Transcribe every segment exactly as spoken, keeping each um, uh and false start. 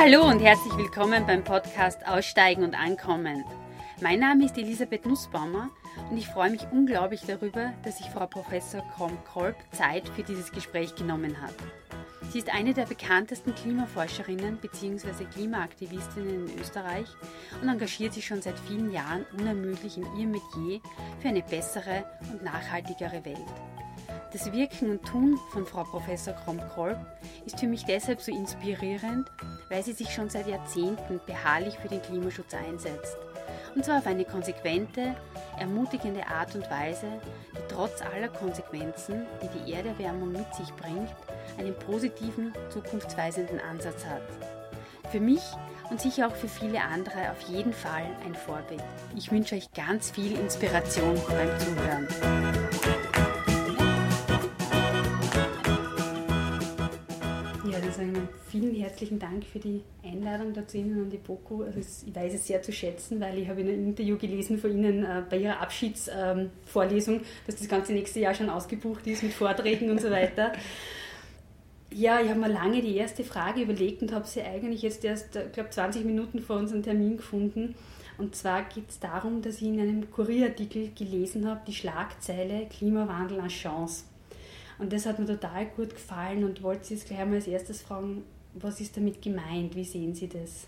Hallo und herzlich willkommen beim Podcast Aussteigen und Ankommen. Mein Name ist Elisabeth Nussbaumer und ich freue mich unglaublich darüber, dass sich Frau Professor Krom-Kolb Zeit für dieses Gespräch genommen hat. Sie ist eine der bekanntesten Klimaforscherinnen bzw. Klimaaktivistinnen in Österreich und engagiert sich schon seit vielen Jahren unermüdlich in ihrem Metier für eine bessere und nachhaltigere Welt. Das Wirken und Tun von Frau Professor Krom-Kolb ist für mich deshalb so inspirierend, weil sie sich schon seit Jahrzehnten beharrlich für den Klimaschutz einsetzt. Und zwar auf eine konsequente, ermutigende Art und Weise, die trotz aller Konsequenzen, die die Erderwärmung mit sich bringt, einen positiven, zukunftsweisenden Ansatz hat. Für mich und sicher auch für viele andere auf jeden Fall ein Vorbild. Ich wünsche euch ganz viel Inspiration beim Zuhören. Ja, dann vielen herzlichen Dank für die Einladung dazu Ihnen an die BOKU. Also ich weiß es sehr zu schätzen, weil ich habe in einem Interview gelesen von Ihnen äh, bei Ihrer Abschiedsvorlesung, ähm, dass das ganze nächste Jahr schon ausgebucht ist mit Vorträgen und so weiter. Ja, ich habe mir lange die erste Frage überlegt und habe sie eigentlich jetzt erst, ich glaube, zwanzig Minuten vor unserem Termin gefunden. Und zwar geht es darum, dass ich in einem Kurierartikel gelesen habe, die Schlagzeile Klimawandel als Chance. Und das hat mir total gut gefallen und wollte Sie jetzt gleich einmal als erstes fragen, was ist damit gemeint? Wie sehen Sie das?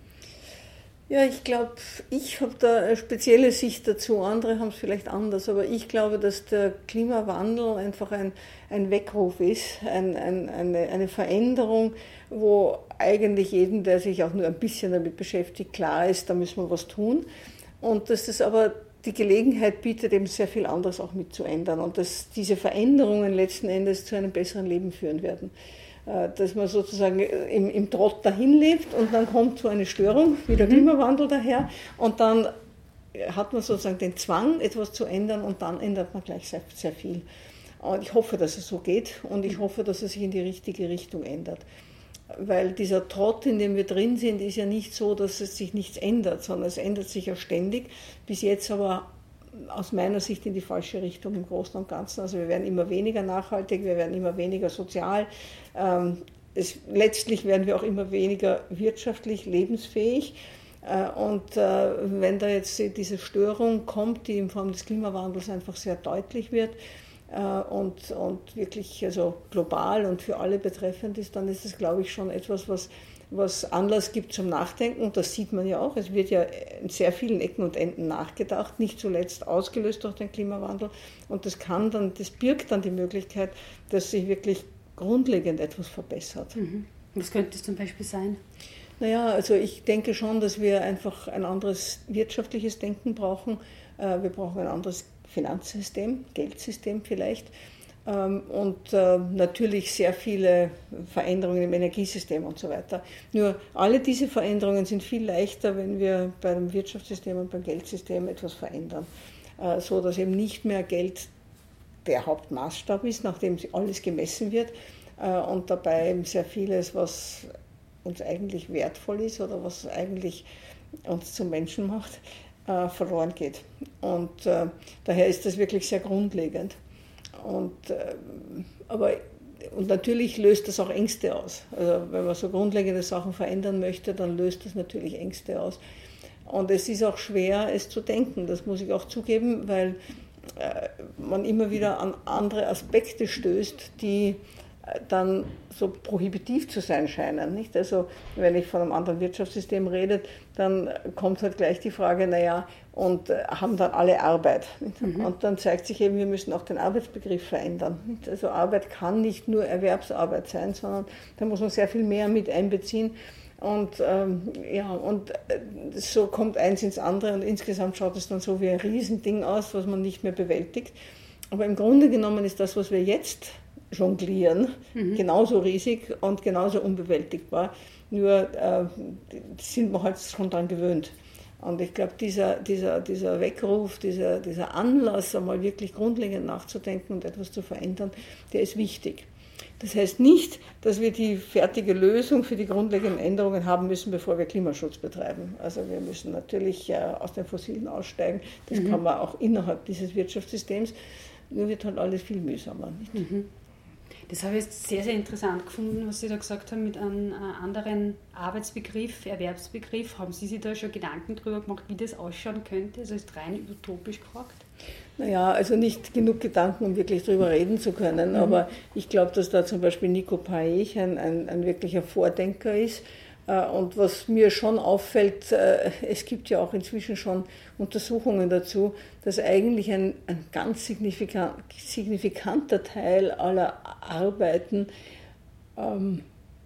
Ja, ich glaube, ich habe da eine spezielle Sicht dazu, andere haben es vielleicht anders, aber ich glaube, dass der Klimawandel einfach ein, ein Weckruf ist, ein, ein, eine, eine Veränderung, wo eigentlich jedem, der sich auch nur ein bisschen damit beschäftigt, klar ist, da müssen wir was tun. Und dass das aber die Gelegenheit bietet, eben sehr viel anderes auch mitzuändern und dass diese Veränderungen letzten Endes zu einem besseren Leben führen werden. Dass man sozusagen im, im Trott dahin lebt und dann kommt so eine Störung, wie der Klimawandel daher, und dann hat man sozusagen den Zwang, etwas zu ändern und dann ändert man gleich sehr, sehr viel. Und ich hoffe, dass es so geht und ich hoffe, dass es sich in die richtige Richtung ändert. Weil dieser Trott, in dem wir drin sind, ist ja nicht so, dass es sich nichts ändert, sondern es ändert sich ja ständig, bis jetzt aber aus meiner Sicht in die falsche Richtung im Großen und Ganzen. Also wir werden immer weniger nachhaltig, wir werden immer weniger sozial, ähm, es, letztlich werden wir auch immer weniger wirtschaftlich lebensfähig. Äh, und äh, wenn da jetzt diese Störung kommt, die in Form des Klimawandels einfach sehr deutlich wird, Und, und wirklich also global und für alle betreffend ist, dann ist es, glaube ich, schon etwas, was, was Anlass gibt zum Nachdenken. Und das sieht man ja auch. Es wird ja in sehr vielen Ecken und Enden nachgedacht, nicht zuletzt ausgelöst durch den Klimawandel. Und das kann dann, das birgt dann die Möglichkeit, dass sich wirklich grundlegend etwas verbessert. Mhm. Was könnte es zum Beispiel sein? Naja, also ich denke schon, dass wir einfach ein anderes wirtschaftliches Denken brauchen. Wir brauchen ein anderes Finanzsystem, Geldsystem vielleicht und natürlich sehr viele Veränderungen im Energiesystem und so weiter. Nur alle diese Veränderungen sind viel leichter, wenn wir beim Wirtschaftssystem und beim Geldsystem etwas verändern, so dass eben nicht mehr Geld der Hauptmaßstab ist, nachdem alles gemessen wird und dabei eben sehr vieles, was uns eigentlich wertvoll ist oder was eigentlich uns zum Menschen macht, Äh, verloren geht. Und äh, daher ist das wirklich sehr grundlegend. Und, äh, aber, und natürlich löst das auch Ängste aus. Also wenn man so grundlegende Sachen verändern möchte, dann löst das natürlich Ängste aus. Und es ist auch schwer, es zu denken, das muss ich auch zugeben, weil äh, man immer wieder an andere Aspekte stößt, die dann so prohibitiv zu sein scheinen. Nicht? Also wenn ich von einem anderen Wirtschaftssystem rede, dann kommt halt gleich die Frage, naja, und haben dann alle Arbeit. Mhm. Und dann zeigt sich eben, wir müssen auch den Arbeitsbegriff verändern. Nicht? Also Arbeit kann nicht nur Erwerbsarbeit sein, sondern da muss man sehr viel mehr mit einbeziehen. Und, ähm, ja, und so kommt eins ins andere und insgesamt schaut es dann so wie ein Riesending aus, was man nicht mehr bewältigt. Aber im Grunde genommen ist das, was wir jetzt jonglieren, mhm. genauso riesig und genauso unbewältigbar, nur äh, sind wir halt schon daran gewöhnt. Und ich glaube, dieser, dieser, dieser Weckruf, dieser, dieser Anlass, einmal wirklich grundlegend nachzudenken und etwas zu verändern, der ist wichtig. Das heißt nicht, dass wir die fertige Lösung für die grundlegenden Änderungen haben müssen, bevor wir Klimaschutz betreiben. Also wir müssen natürlich äh, aus den Fossilen aussteigen, das mhm. kann man auch innerhalb dieses Wirtschaftssystems, nur wird halt alles viel mühsamer. Nicht? Mhm. Das habe ich jetzt sehr, sehr interessant gefunden, was Sie da gesagt haben mit einem anderen Arbeitsbegriff, Erwerbsbegriff. Haben Sie sich da schon Gedanken darüber gemacht, wie das ausschauen könnte? Also ist rein utopisch gefragt? Naja, also nicht genug Gedanken, um wirklich darüber reden zu können. Mhm. Aber ich glaube, dass da zum Beispiel Nico Paech ein, ein, ein wirklicher Vordenker ist. Und was mir schon auffällt, es gibt ja auch inzwischen schon Untersuchungen dazu, dass eigentlich ein, ein ganz signifikant, signifikanter Teil aller Arbeiten ähm,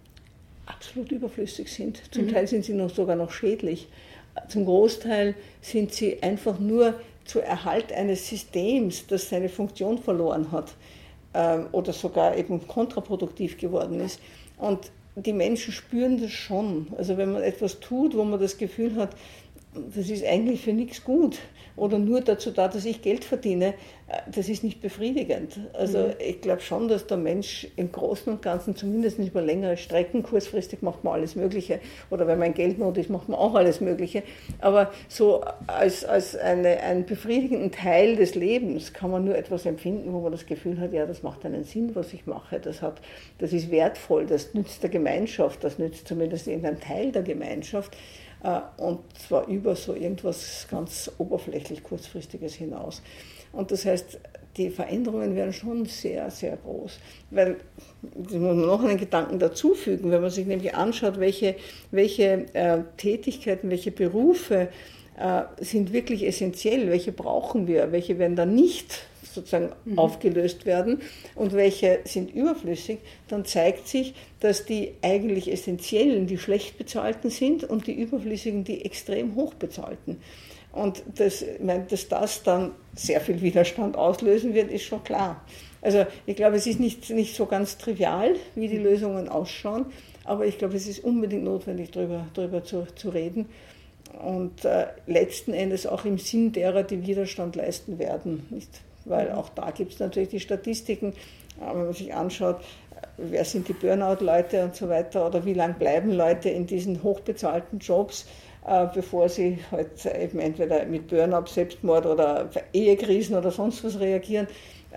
absolut überflüssig sind. Zum mhm. Teil sind sie noch sogar noch schädlich. Zum Großteil sind sie einfach nur zur Erhalt eines Systems, das seine Funktion verloren hat ähm, oder sogar eben kontraproduktiv geworden ist. Und die Menschen spüren das schon. Also wenn man etwas tut, wo man das Gefühl hat, das ist eigentlich für nichts gut oder nur dazu da, dass ich Geld verdiene, das ist nicht befriedigend. Also mhm. ich glaube schon, dass der Mensch im Großen und Ganzen, zumindest über längere Strecken, kurzfristig macht man alles Mögliche oder wenn man in Geldnot ist, macht man auch alles Mögliche. Aber so als, als eine, einen befriedigenden Teil des Lebens kann man nur etwas empfinden, wo man das Gefühl hat, ja, das macht einen Sinn, was ich mache, das, hat, das ist wertvoll, das nützt der Gemeinschaft, das nützt zumindest irgendein Teil der Gemeinschaft. Und zwar über so irgendwas ganz oberflächlich Kurzfristiges hinaus. Und das heißt, die Veränderungen werden schon sehr, sehr groß. Weil, das muss man noch einen Gedanken dazufügen, wenn man sich nämlich anschaut, welche, welche äh, Tätigkeiten, welche Berufe äh, sind wirklich essentiell, welche brauchen wir, welche werden dann nicht sozusagen mhm. aufgelöst werden und welche sind überflüssig, dann zeigt sich, dass die eigentlich essentiellen, die schlecht bezahlten sind und die überflüssigen, die extrem hoch bezahlten. Und das, ich meine, dass das dann sehr viel Widerstand auslösen wird, ist schon klar. Also ich glaube, es ist nicht, nicht so ganz trivial, wie die Lösungen ausschauen, aber ich glaube, es ist unbedingt notwendig, darüber, darüber zu, zu reden. Und äh, letzten Endes auch im Sinn derer, die Widerstand leisten werden. Nicht? Weil auch da gibt es natürlich die Statistiken, wenn man sich anschaut, wer sind die Burnout-Leute und so weiter oder wie lange bleiben Leute in diesen hochbezahlten Jobs, bevor sie halt eben entweder mit Burnout, Selbstmord oder Ehekrisen oder sonst was reagieren.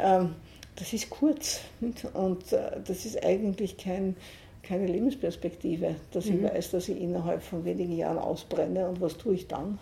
Das ist kurz und das ist eigentlich kein, keine Lebensperspektive, dass ich mhm. weiß, dass ich innerhalb von wenigen Jahren ausbrenne und was tue ich dann?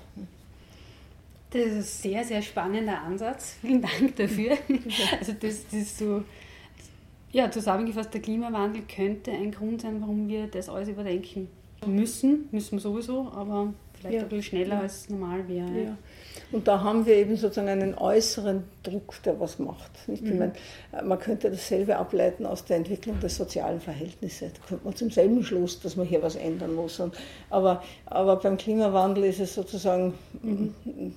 Das ist ein sehr, sehr spannender Ansatz. Vielen Dank dafür. Also das, das ist so, ja, zusammengefasst, der Klimawandel könnte ein Grund sein, warum wir das alles überdenken müssen. Müssen wir sowieso, aber vielleicht ja. ein bisschen schneller ja. als normal wäre. Ja. Und da haben wir eben sozusagen einen äußeren Druck, der was macht. Nicht? Mhm. Ich meine, man könnte dasselbe ableiten aus der Entwicklung der sozialen Verhältnisse. Da kommt man zum selben Schluss, dass man hier was ändern muss. Und, aber, aber beim Klimawandel ist es sozusagen mhm.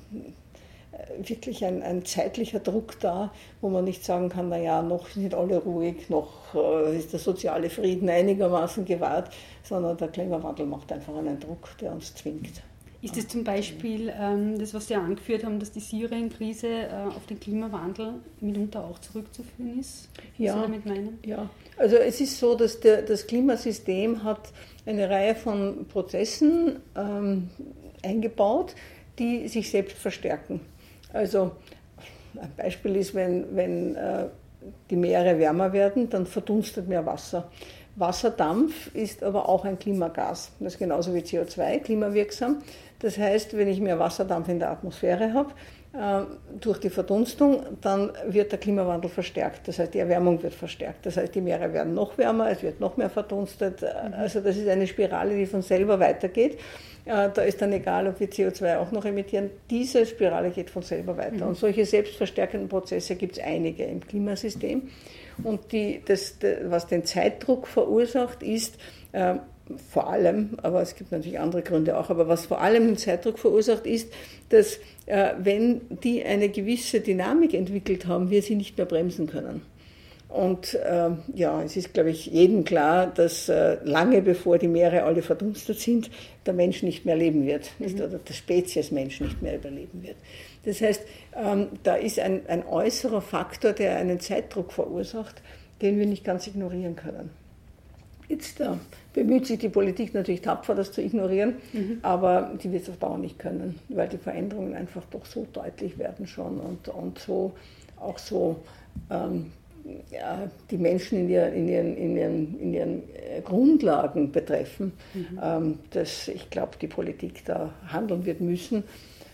wirklich ein, ein zeitlicher Druck da, wo man nicht sagen kann, naja, noch sind alle ruhig, noch äh, ist der soziale Frieden einigermaßen gewahrt, sondern der Klimawandel macht einfach einen Druck, der uns zwingt. Ist das zum Beispiel ähm, das, was Sie angeführt haben, dass die Syrien-Krise äh, auf den Klimawandel mitunter auch zurückzuführen ist? Was ja, Sie damit meinen? Ja, also es ist so, dass der, das Klimasystem hat eine Reihe von Prozessen ähm, eingebaut, die sich selbst verstärken. Also ein Beispiel ist, wenn, wenn äh, die Meere wärmer werden, dann verdunstet mehr Wasser. Wasserdampf ist aber auch ein Klimagas, das ist genauso wie C O zwei, klimawirksam. Das heißt, wenn ich mehr Wasserdampf in der Atmosphäre habe, äh, durch die Verdunstung, dann wird der Klimawandel verstärkt. Das heißt, die Erwärmung wird verstärkt. Das heißt, die Meere werden noch wärmer, es wird noch mehr verdunstet. Also das ist eine Spirale, die von selber weitergeht. Äh, da ist dann egal, ob wir C O zwei auch noch emittieren. Diese Spirale geht von selber weiter. Mhm. Und solche selbstverstärkenden Prozesse gibt es einige im Klimasystem. Und die, das, was den Zeitdruck verursacht, ist äh, vor allem, aber es gibt natürlich andere Gründe auch, aber was vor allem den Zeitdruck verursacht, ist, dass äh, wenn die eine gewisse Dynamik entwickelt haben, wir sie nicht mehr bremsen können. Und äh, ja, es ist, glaube ich, jedem klar, dass äh, lange bevor die Meere alle verdunstet sind, der Mensch nicht mehr leben wird, mhm. oder der Spezies Mensch nicht mehr überleben wird. Das heißt, ähm, da ist ein, ein äußerer Faktor, der einen Zeitdruck verursacht, den wir nicht ganz ignorieren können. Jetzt äh, bemüht sich die Politik natürlich tapfer, das zu ignorieren, mhm. aber die wird es auf Dauer nicht können, weil die Veränderungen einfach doch so deutlich werden schon und, und so auch so ähm, ja, die Menschen in ihren, in ihren, in ihren, in ihren Grundlagen betreffen, mhm. ähm, dass ich glaube, die Politik da handeln wird müssen.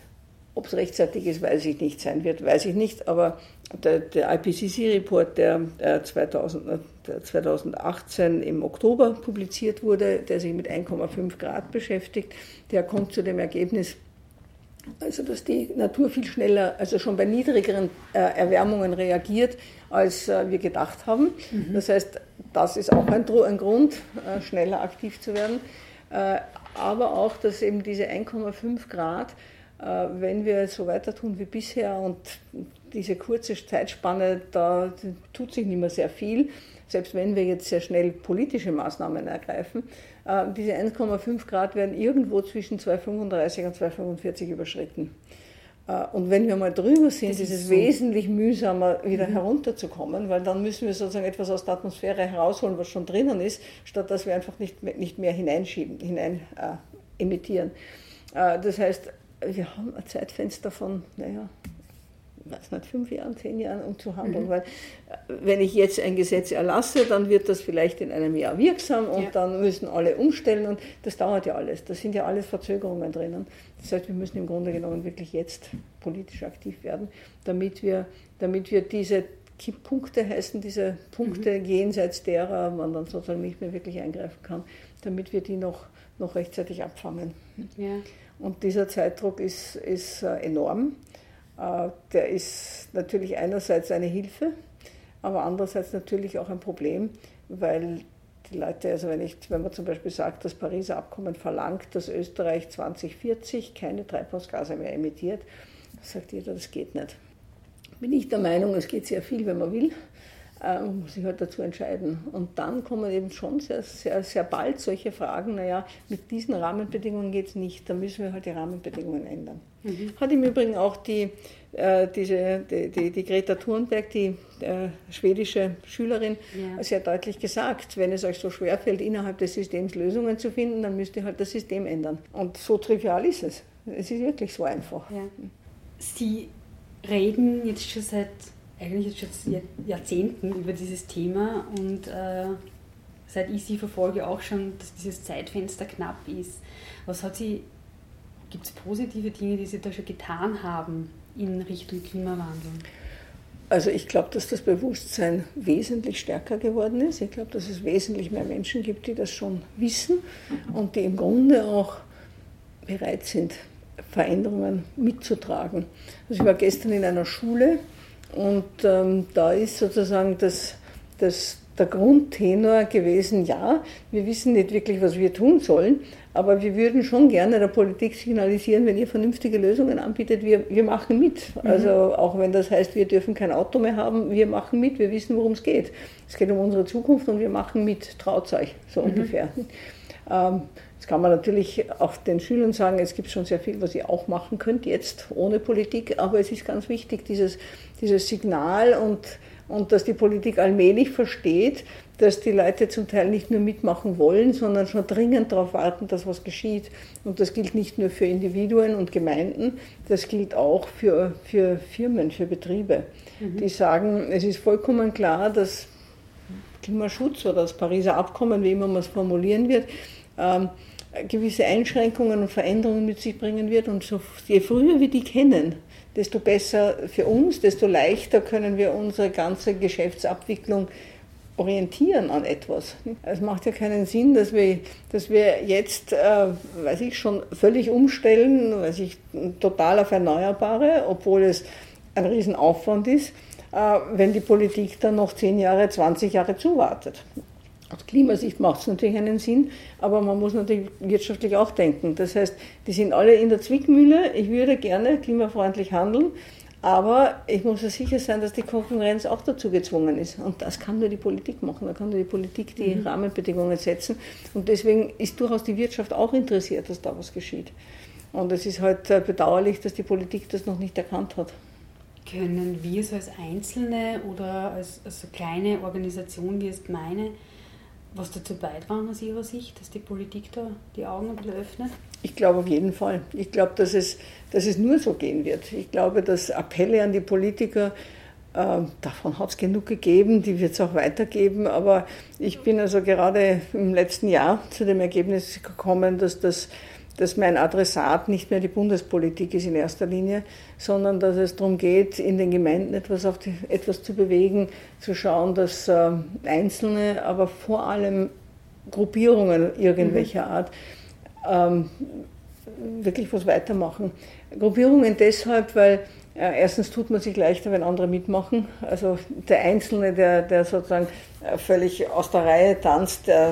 Ob es rechtzeitig ist, weiß ich nicht, sein wird, weiß ich nicht, aber der, der I P C C-Report, der, der, zweitausend, der zweitausendachtzehn im Oktober publiziert wurde, der sich mit eins Komma fünf Grad beschäftigt, der kommt zu dem Ergebnis, also dass die Natur viel schneller, also schon bei niedrigeren äh, Erwärmungen reagiert, als äh, wir gedacht haben. Mhm. Das heißt, das ist auch ein, ein Grund, äh, schneller aktiv zu werden, äh, aber auch, dass eben diese eins Komma fünf Grad, wenn wir so weiter tun wie bisher und diese kurze Zeitspanne, da tut sich nicht mehr sehr viel, selbst wenn wir jetzt sehr schnell politische Maßnahmen ergreifen, diese eins Komma fünf Grad werden irgendwo zwischen zwei Komma fünfunddreißig und zwei Komma fünfundvierzig überschritten. Und wenn wir mal drüber sind, das ist es so wesentlich mühsamer, wieder mhm. herunterzukommen, weil dann müssen wir sozusagen etwas aus der Atmosphäre herausholen, was schon drinnen ist, statt dass wir einfach nicht mehr, nicht mehr hineinschieben, hinein äh, emittieren. Äh, das heißt, wir haben ein Zeitfenster von, naja, ich weiß nicht, fünf Jahren, zehn Jahren, um zu handeln. Mhm. Weil wenn ich jetzt ein Gesetz erlasse, dann wird das vielleicht in einem Jahr wirksam und ja. dann müssen alle umstellen und das dauert ja alles. Da sind ja alles Verzögerungen drinnen. Das heißt, wir müssen im Grunde genommen wirklich jetzt politisch aktiv werden, damit wir, damit wir diese Kipppunkte heißen, diese Punkte mhm. jenseits derer man dann sozusagen nicht mehr wirklich eingreifen kann, damit wir die noch, noch rechtzeitig abfangen. Ja. Und dieser Zeitdruck ist, ist äh, enorm. Äh, der ist natürlich einerseits eine Hilfe, aber andererseits natürlich auch ein Problem, weil die Leute, also wenn, ich, wenn man zum Beispiel sagt, das Pariser Abkommen verlangt, dass Österreich zweitausendvierzig keine Treibhausgase mehr emittiert, sagt jeder, das geht nicht. Bin ich der Meinung, es geht sehr viel, wenn man will. Man muss sich halt dazu entscheiden. Und dann kommen eben schon sehr, sehr, sehr bald solche Fragen, naja, mit diesen Rahmenbedingungen geht es nicht, da müssen wir halt die Rahmenbedingungen ändern. Mhm. Hat im Übrigen auch die, äh, diese, die, die, die Greta Thunberg, die äh, schwedische Schülerin, ja. sehr deutlich gesagt, wenn es euch so schwerfällt, innerhalb des Systems Lösungen zu finden, dann müsst ihr halt das System ändern. Und so trivial ist es. Es ist wirklich so einfach. Ja. Sie reden jetzt schon seit eigentlich jetzt schon Jahrzehnten über dieses Thema und äh, seit ich Sie verfolge auch schon, dass dieses Zeitfenster knapp ist. Was hat Sie, gibt es positive Dinge, die Sie da schon getan haben in Richtung Klimawandel? Also ich glaube, dass das Bewusstsein wesentlich stärker geworden ist. Ich glaube, dass es wesentlich mehr Menschen gibt, die das schon wissen und die im Grunde auch bereit sind, Veränderungen mitzutragen. Also ich war gestern in einer Schule, und ähm, da ist sozusagen das, das, der Grundtenor gewesen, ja, wir wissen nicht wirklich, was wir tun sollen, aber wir würden schon gerne der Politik signalisieren, wenn ihr vernünftige Lösungen anbietet, wir, wir machen mit. Mhm. Also auch wenn das heißt, wir dürfen kein Auto mehr haben, wir machen mit, wir wissen, worum es geht. Es geht um unsere Zukunft und wir machen mit, traut euch, so mhm. ungefähr. Ähm, Jetzt kann man natürlich auch den Schülern sagen, es gibt schon sehr viel, was ihr auch machen könnt, jetzt ohne Politik, aber es ist ganz wichtig, dieses, dieses Signal und, und dass die Politik allmählich versteht, dass die Leute zum Teil nicht nur mitmachen wollen, sondern schon dringend darauf warten, dass was geschieht. Und das gilt nicht nur für Individuen und Gemeinden, das gilt auch für, für Firmen, für Betriebe, mhm. die sagen, es ist vollkommen klar, dass Klimaschutz oder das Pariser Abkommen, wie immer man es formulieren wird, ähm, gewisse Einschränkungen und Veränderungen mit sich bringen wird. Und so, je früher wir die kennen, desto besser für uns, desto leichter können wir unsere ganze Geschäftsabwicklung orientieren an etwas. Es macht ja keinen Sinn, dass wir, dass wir jetzt, äh, weiß ich, schon völlig umstellen, weiß ich, total auf Erneuerbare, obwohl es ein Riesenaufwand ist, äh, wenn die Politik dann noch zehn Jahre, zwanzig Jahre zuwartet. Aus Klimasicht macht es natürlich einen Sinn, aber man muss natürlich wirtschaftlich auch denken. Das heißt, die sind alle in der Zwickmühle. Ich würde gerne klimafreundlich handeln, aber ich muss ja sicher sein, dass die Konkurrenz auch dazu gezwungen ist. Und das kann nur die Politik machen. Da kann nur die Politik die mhm. Rahmenbedingungen setzen. Und deswegen ist durchaus die Wirtschaft auch interessiert, dass da was geschieht. Und es ist halt bedauerlich, dass die Politik das noch nicht erkannt hat. Können wir so als Einzelne oder als, als so kleine Organisation wie jetzt meine was dazu beitragen aus Ihrer Sicht, dass die Politik da die Augen ein bisschen öffnet? Ich glaube auf jeden Fall. Ich glaube, dass es, dass es nur so gehen wird. Ich glaube, dass Appelle an die Politiker Davon hat es genug gegeben, die wird es auch weitergeben, aber ich bin also gerade im letzten Jahr zu dem Ergebnis gekommen, dass, das, dass mein Adressat nicht mehr die Bundespolitik ist in erster Linie, sondern dass es darum geht, in den Gemeinden etwas, auf die, etwas zu bewegen, zu schauen, dass äh, Einzelne, aber vor allem Gruppierungen irgendwelcher mhm. Art ähm, wirklich was weitermachen. Gruppierungen deshalb, weil erstens tut man sich leichter, wenn andere mitmachen. Also der Einzelne, der, der sozusagen völlig aus der Reihe tanzt, der,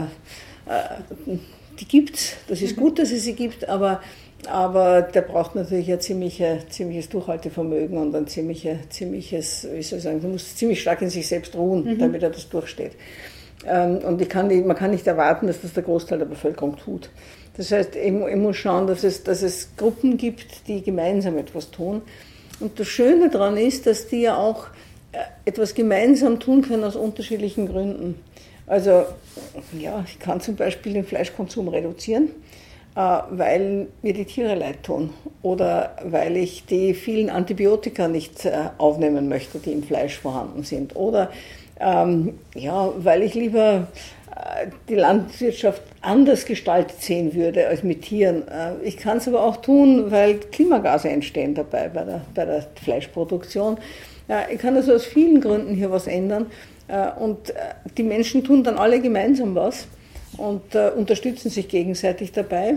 äh, die gibt's. Das ist gut, dass es sie gibt, aber, aber der braucht natürlich ein ziemliche, ziemliches Durchhaltevermögen und ein ziemliche, ziemliches, wie soll ich sagen, der muss ziemlich stark in sich selbst ruhen, mhm. damit er das durchsteht. Und ich kann nicht, man kann nicht erwarten, dass das der Großteil der Bevölkerung tut. Das heißt, ich, ich muss schauen, dass es, dass es Gruppen gibt, die gemeinsam etwas tun. Und das Schöne daran ist, dass die ja auch etwas gemeinsam tun können aus unterschiedlichen Gründen. Also, ja, ich kann zum Beispiel den Fleischkonsum reduzieren, weil mir die Tiere leid tun oder weil ich die vielen Antibiotika nicht aufnehmen möchte, die im Fleisch vorhanden sind. Oder ähm, ja, weil ich lieber die Landwirtschaft anders gestaltet sehen würde als mit Tieren. Ich kann es aber auch tun, weil Klimagase entstehen dabei bei der, bei der Fleischproduktion. Ich kann also aus vielen Gründen hier was ändern und die Menschen tun dann alle gemeinsam was und unterstützen sich gegenseitig dabei.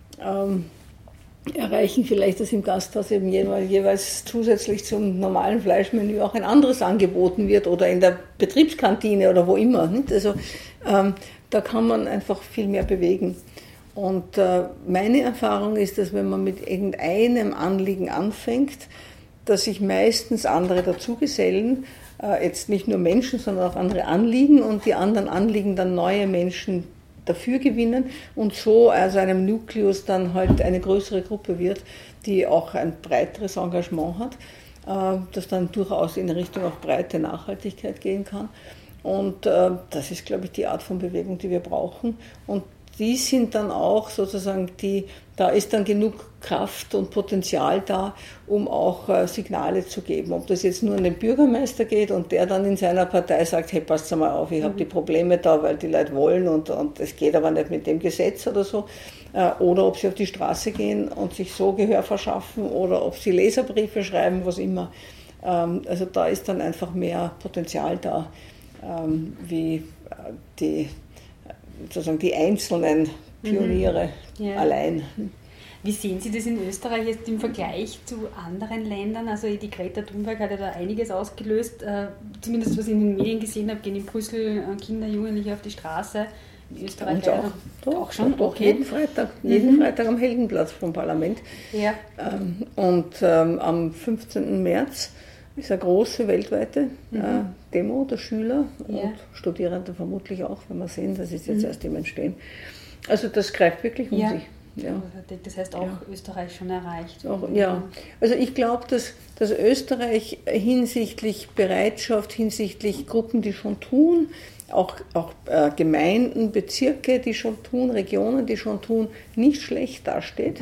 Erreichen vielleicht, dass im Gasthaus eben jeweils, jeweils zusätzlich zum normalen Fleischmenü auch ein anderes angeboten wird oder in der Betriebskantine oder wo immer. Nicht? Also ähm, da kann man einfach viel mehr bewegen. Und äh, meine Erfahrung ist, dass wenn man mit irgendeinem Anliegen anfängt, dass sich meistens andere dazugesellen, äh, jetzt nicht nur Menschen, sondern auch andere Anliegen und die anderen Anliegen dann neue Menschen dafür gewinnen und so aus einem Nukleus dann halt eine größere Gruppe wird, die auch ein breiteres Engagement hat, das dann durchaus in Richtung auch breite Nachhaltigkeit gehen kann. Und das ist, glaube ich, die Art von Bewegung, die wir brauchen. Und die sind dann auch sozusagen die, da ist dann genug Kraft und Potenzial da, um auch äh, Signale zu geben. Ob das jetzt nur an den Bürgermeister geht und der dann in seiner Partei sagt, hey, passt mal auf, ich habe die Probleme da, weil die Leute wollen und und es geht aber nicht mit dem Gesetz oder so. Äh, oder ob sie auf die Straße gehen und sich so Gehör verschaffen oder ob sie Leserbriefe schreiben, was immer. Ähm, also da ist dann einfach mehr Potenzial da, ähm, wie äh, die sozusagen die einzelnen Pioniere mhm. ja. allein. Wie sehen Sie das in Österreich jetzt im Vergleich zu anderen Ländern? Also die Greta Thunberg hat ja da einiges ausgelöst, äh, zumindest was ich in den Medien gesehen habe, gehen in Brüssel äh, Kinder, Jugendliche auf die Straße. In Österreich auch, doch, auch schon. Doch, okay. jeden Freitag, mhm. jeden Freitag am Heldenplatz vom Parlament. Ja. Ähm, und ähm, am fünfzehnten März ist eine große weltweite mhm. äh, Demo der Schüler ja. und Studierende vermutlich auch, wenn wir sehen, das ist jetzt mhm. erst im Entstehen. Also das greift wirklich um ja. sich. Ja. Das heißt auch ja. Österreich schon erreicht. Auch, ja, also ich glaube, dass, dass Österreich hinsichtlich Bereitschaft, hinsichtlich Gruppen, die schon tun, auch, auch äh, Gemeinden, Bezirke, die schon tun, Regionen, die schon tun, nicht schlecht dasteht.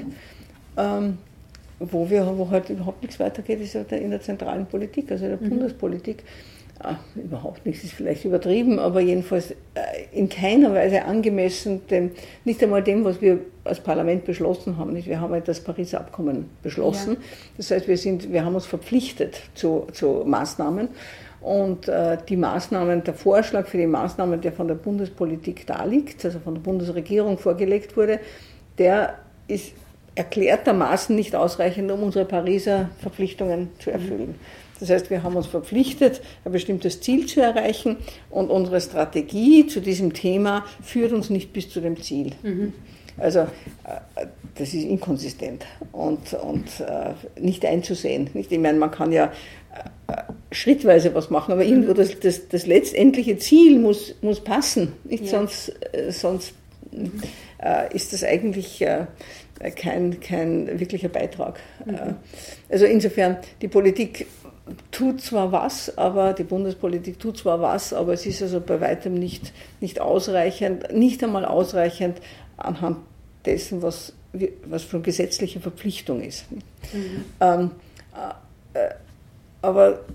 Ähm, Wo, wir, wo halt überhaupt nichts weitergeht, ist ja in der zentralen Politik, also in der mhm. Bundespolitik. Ah, überhaupt nichts ist vielleicht übertrieben, aber jedenfalls äh, in keiner Weise angemessen, dem, nicht einmal dem, was wir als Parlament beschlossen haben. Nicht? Wir haben halt das Pariser Abkommen beschlossen. Ja. Das heißt, wir, sind, wir haben uns verpflichtet zu, zu Maßnahmen. Und äh, die Maßnahmen, der Vorschlag für die Maßnahmen, der von der Bundespolitik da liegt, also von der Bundesregierung vorgelegt wurde, der ist erklärtermaßen nicht ausreichend, um unsere Pariser Verpflichtungen zu erfüllen. Das heißt, wir haben uns verpflichtet, ein bestimmtes Ziel zu erreichen und unsere Strategie zu diesem Thema führt uns nicht bis zu dem Ziel. Mhm. Also das ist inkonsistent und, und nicht einzusehen. Ich meine, man kann ja schrittweise was machen, aber irgendwo das, das, das letztendliche Ziel muss, muss passen. Nicht? Ja. Sonst, sonst mhm. ist das eigentlich kein, kein wirklicher Beitrag. Mhm. Also insofern, die Politik tut zwar was, aber die Bundespolitik tut zwar was, aber es ist also bei weitem nicht, nicht ausreichend, nicht einmal ausreichend anhand dessen, was, was schon gesetzliche Verpflichtung ist. Mhm. Ähm, äh, aber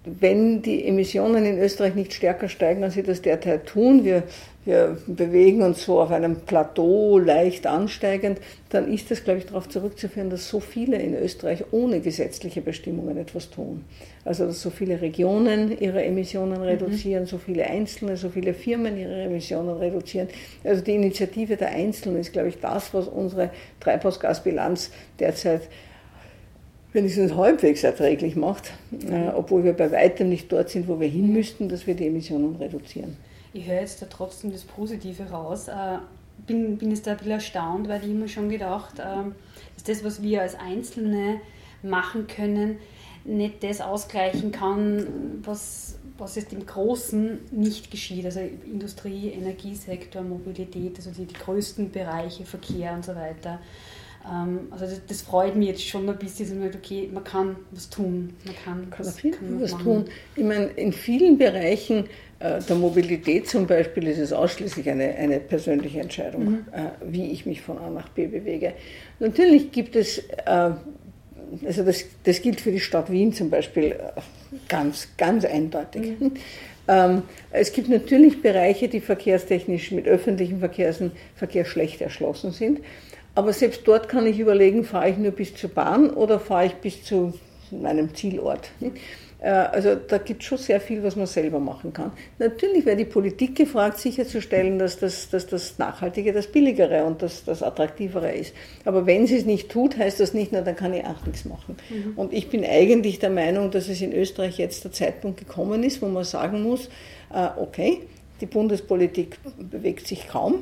wenn die Emissionen in Österreich nicht stärker steigen, als sie das derzeit tun, wir, wir bewegen uns so auf einem Plateau leicht ansteigend, dann ist das, glaube ich, darauf zurückzuführen, dass so viele in Österreich ohne gesetzliche Bestimmungen etwas tun. Also dass so viele Regionen ihre Emissionen reduzieren, mhm. so viele Einzelne, so viele Firmen ihre Emissionen reduzieren. Also die Initiative der Einzelnen ist, glaube ich, das, was unsere Treibhausgasbilanz derzeit wenigstens halbwegs erträglich macht, äh, obwohl wir bei weitem nicht dort sind, wo wir hin müssten, dass wir die Emissionen reduzieren. Ich höre jetzt da trotzdem das Positive raus. Äh, bin, bin jetzt da ein bisschen erstaunt, weil ich immer schon gedacht, äh, dass das, was wir als Einzelne machen können, nicht das ausgleichen kann, was, was jetzt im Großen nicht geschieht. Also Industrie, Energiesektor, Mobilität, also die, die größten Bereiche, Verkehr und so weiter. Also das, das freut mich jetzt schon ein bisschen, dass man sagt, okay, man kann was tun. Man kann, kann was, auf jeden kann was machen. tun. Ich meine, in vielen Bereichen äh, der Mobilität zum Beispiel ist es ausschließlich eine, eine persönliche Entscheidung, mhm. äh, wie ich mich von A nach B bewege. Natürlich gibt es, äh, also das, das gilt für die Stadt Wien zum Beispiel äh, ganz, ganz eindeutig. Mhm. Ähm, es gibt natürlich Bereiche, die verkehrstechnisch mit öffentlichen Verkehrs, Verkehr schlecht erschlossen sind. Aber selbst dort kann ich überlegen, fahre ich nur bis zur Bahn oder fahre ich bis zu meinem Zielort. Also da gibt es schon sehr viel, was man selber machen kann. Natürlich wäre die Politik gefragt, sicherzustellen, dass das, dass das Nachhaltige das Billigere und das, das Attraktivere ist. Aber wenn sie es nicht tut, heißt das nicht, na, dann kann ich auch nichts machen. Mhm. Und ich bin eigentlich der Meinung, dass es in Österreich jetzt der Zeitpunkt gekommen ist, wo man sagen muss, okay, die Bundespolitik bewegt sich kaum.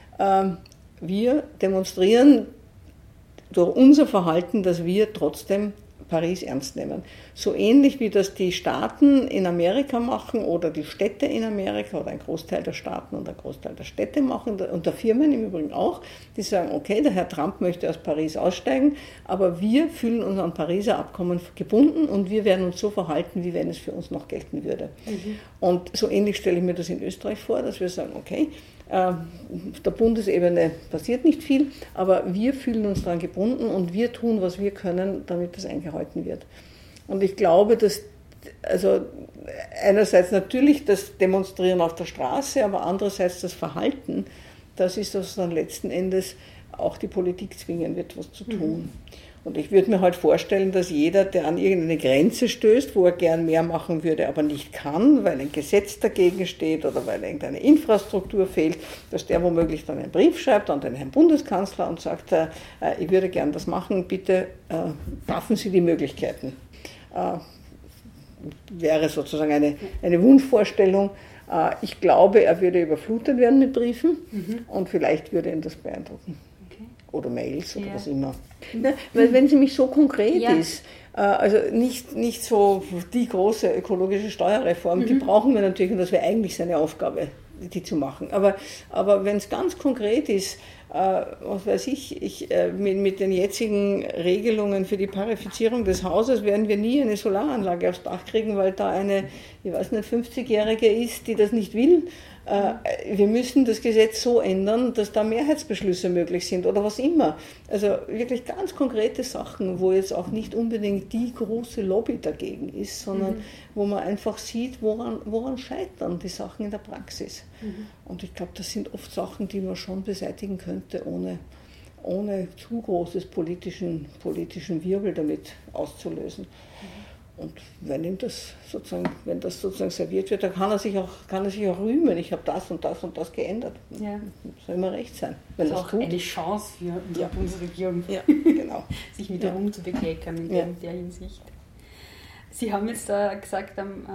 Wir demonstrieren durch unser Verhalten, dass wir trotzdem Paris ernst nehmen. So ähnlich wie das die Staaten in Amerika machen oder die Städte in Amerika oder ein Großteil der Staaten und ein Großteil der Städte machen und der Firmen im Übrigen auch, die sagen, okay, der Herr Trump möchte aus Paris aussteigen, aber wir fühlen uns an Pariser Abkommen gebunden und wir werden uns so verhalten, wie wenn es für uns noch gelten würde. Mhm. Und so ähnlich stelle ich mir das in Österreich vor, dass wir sagen, okay, auf der Bundesebene passiert nicht viel, aber wir fühlen uns daran gebunden und wir tun, was wir können, damit das eingehalten wird. Und ich glaube, dass also einerseits natürlich das Demonstrieren auf der Straße, aber andererseits das Verhalten, das ist, was dann letzten Endes auch die Politik zwingen wird, was zu tun. Mhm. Und ich würde mir halt vorstellen, dass jeder, der an irgendeine Grenze stößt, wo er gern mehr machen würde, aber nicht kann, weil ein Gesetz dagegen steht oder weil irgendeine Infrastruktur fehlt, dass der womöglich dann einen Brief schreibt an den Herrn Bundeskanzler und sagt, äh, ich würde gern das machen, bitte äh, schaffen Sie die Möglichkeiten. Äh, wäre sozusagen eine, eine Wunschvorstellung. Äh, ich glaube, er würde überflutet werden mit Briefen mhm. und vielleicht würde ihn das beeindrucken. Oder Mails oder ja. was immer. Ja, weil wenn sie mich so konkret ja. ist, äh, also nicht, nicht so die große ökologische Steuerreform, mhm. die brauchen wir natürlich und das wäre eigentlich seine Aufgabe, die zu machen. Aber, aber wenn es ganz konkret ist, äh, was weiß ich, ich äh, mit, mit den jetzigen Regelungen für die Parifizierung des Hauses werden wir nie eine Solaranlage aufs Dach kriegen, weil da eine, ich weiß nicht, fünfzigjährige ist, die das nicht will. Wir müssen das Gesetz so ändern, dass da Mehrheitsbeschlüsse möglich sind oder was immer. Also wirklich ganz konkrete Sachen, wo jetzt auch nicht unbedingt die große Lobby dagegen ist, sondern mhm. wo man einfach sieht, woran, woran scheitern die Sachen in der Praxis. Mhm. Und ich glaube, das sind oft Sachen, die man schon beseitigen könnte, ohne, ohne zu großes politischen, politischen Wirbel damit auszulösen. Mhm. Und wenn ihm das sozusagen, wenn das sozusagen serviert wird, dann kann er sich auch, kann er sich auch rühmen. Ich habe das und das und das geändert. Ja. Soll immer recht sein. Wenn das ist auch tut. Eine Chance für unsere ja. Bundesregierung, ja, genau. sich mit herum ja. zu bekleckern in ja. der Hinsicht. Sie haben jetzt da gesagt,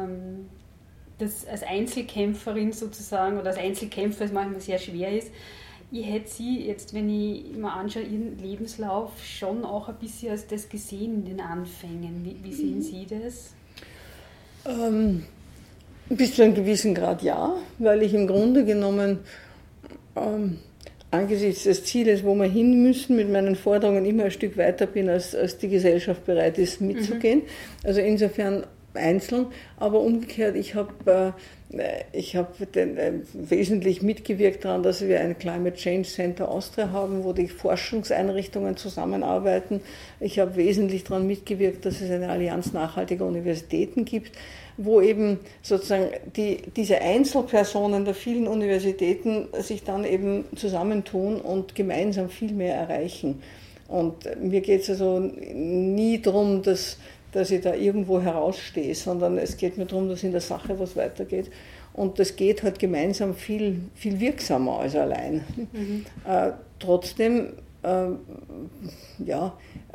dass als Einzelkämpferin sozusagen oder als Einzelkämpfer es manchmal sehr schwer ist. Ich hätte Sie jetzt, wenn ich mir anschaue, Ihren Lebenslauf schon auch ein bisschen als das gesehen in den Anfängen. Wie, wie sehen Sie das? Ähm, bis zu einem gewissen Grad ja, weil ich im Grunde genommen ähm, angesichts des Zieles, wo wir hin müssen, mit meinen Forderungen immer ein Stück weiter bin, als, als die Gesellschaft bereit ist mitzugehen. Mhm. Also insofern einzeln, aber umgekehrt, ich habe äh, ich hab äh, wesentlich mitgewirkt daran, dass wir ein Climate Change Center Austria haben, wo die Forschungseinrichtungen zusammenarbeiten. Ich habe wesentlich daran mitgewirkt, dass es eine Allianz nachhaltiger Universitäten gibt, wo eben sozusagen die, diese Einzelpersonen der vielen Universitäten sich dann eben zusammentun und gemeinsam viel mehr erreichen. Und mir geht es also nie darum, dass dass ich da irgendwo herausstehe, sondern es geht mir darum, dass in der Sache was weitergeht. Und das geht halt gemeinsam viel, viel wirksamer als allein. Mhm. Äh, trotzdem äh, ja,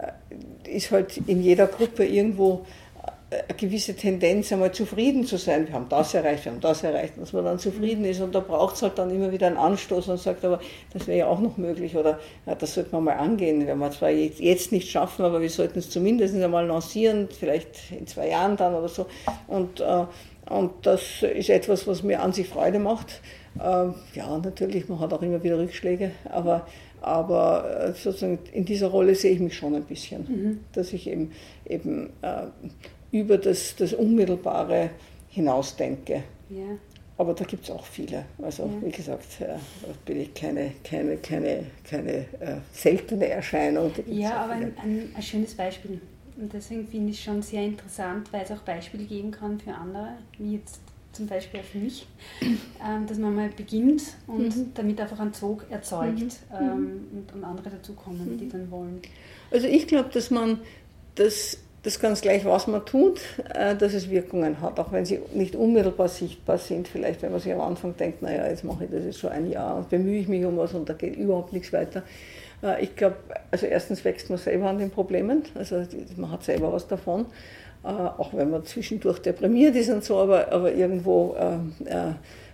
ist halt in jeder Gruppe irgendwo eine gewisse Tendenz, einmal zufrieden zu sein. Wir haben das erreicht, wir haben das erreicht, dass man dann zufrieden ist. Und da braucht es halt dann immer wieder einen Anstoß und sagt, aber das wäre ja auch noch möglich oder ja, das sollte man mal angehen. Werden wir zwar jetzt nicht schaffen, aber wir sollten es zumindest einmal lancieren, vielleicht in zwei Jahren dann oder so. Und, äh, und das ist etwas, was mir an sich Freude macht. Äh, ja, natürlich, man hat auch immer wieder Rückschläge, aber Aber sozusagen in dieser Rolle sehe ich mich schon ein bisschen, mhm. dass ich eben, eben äh, über das, das Unmittelbare hinausdenke. Ja. Aber da gibt es auch viele. Also ja. wie gesagt, äh, bin ich keine, keine, keine, keine äh, seltene Erscheinung. Ja, aber ein, ein, ein schönes Beispiel. Und deswegen finde ich es schon sehr interessant, weil es auch Beispiele geben kann für andere, wie jetzt zum Beispiel für mich, ähm, dass man mal beginnt und mhm. damit einfach einen Zug erzeugt mhm. ähm, und, und andere dazukommen, mhm. die dann wollen. Also ich glaube, dass man das, das ganz gleich, was man tut, äh, dass es Wirkungen hat, auch wenn sie nicht unmittelbar sichtbar sind. Vielleicht, wenn man sich am Anfang denkt, naja, jetzt mache ich das jetzt schon ein Jahr und bemühe ich mich um was und da geht überhaupt nichts weiter. Äh, ich glaube, also erstens wächst man selber an den Problemen, also man hat selber was davon. Äh, auch wenn man zwischendurch deprimiert ist und so, aber, aber irgendwo äh, äh,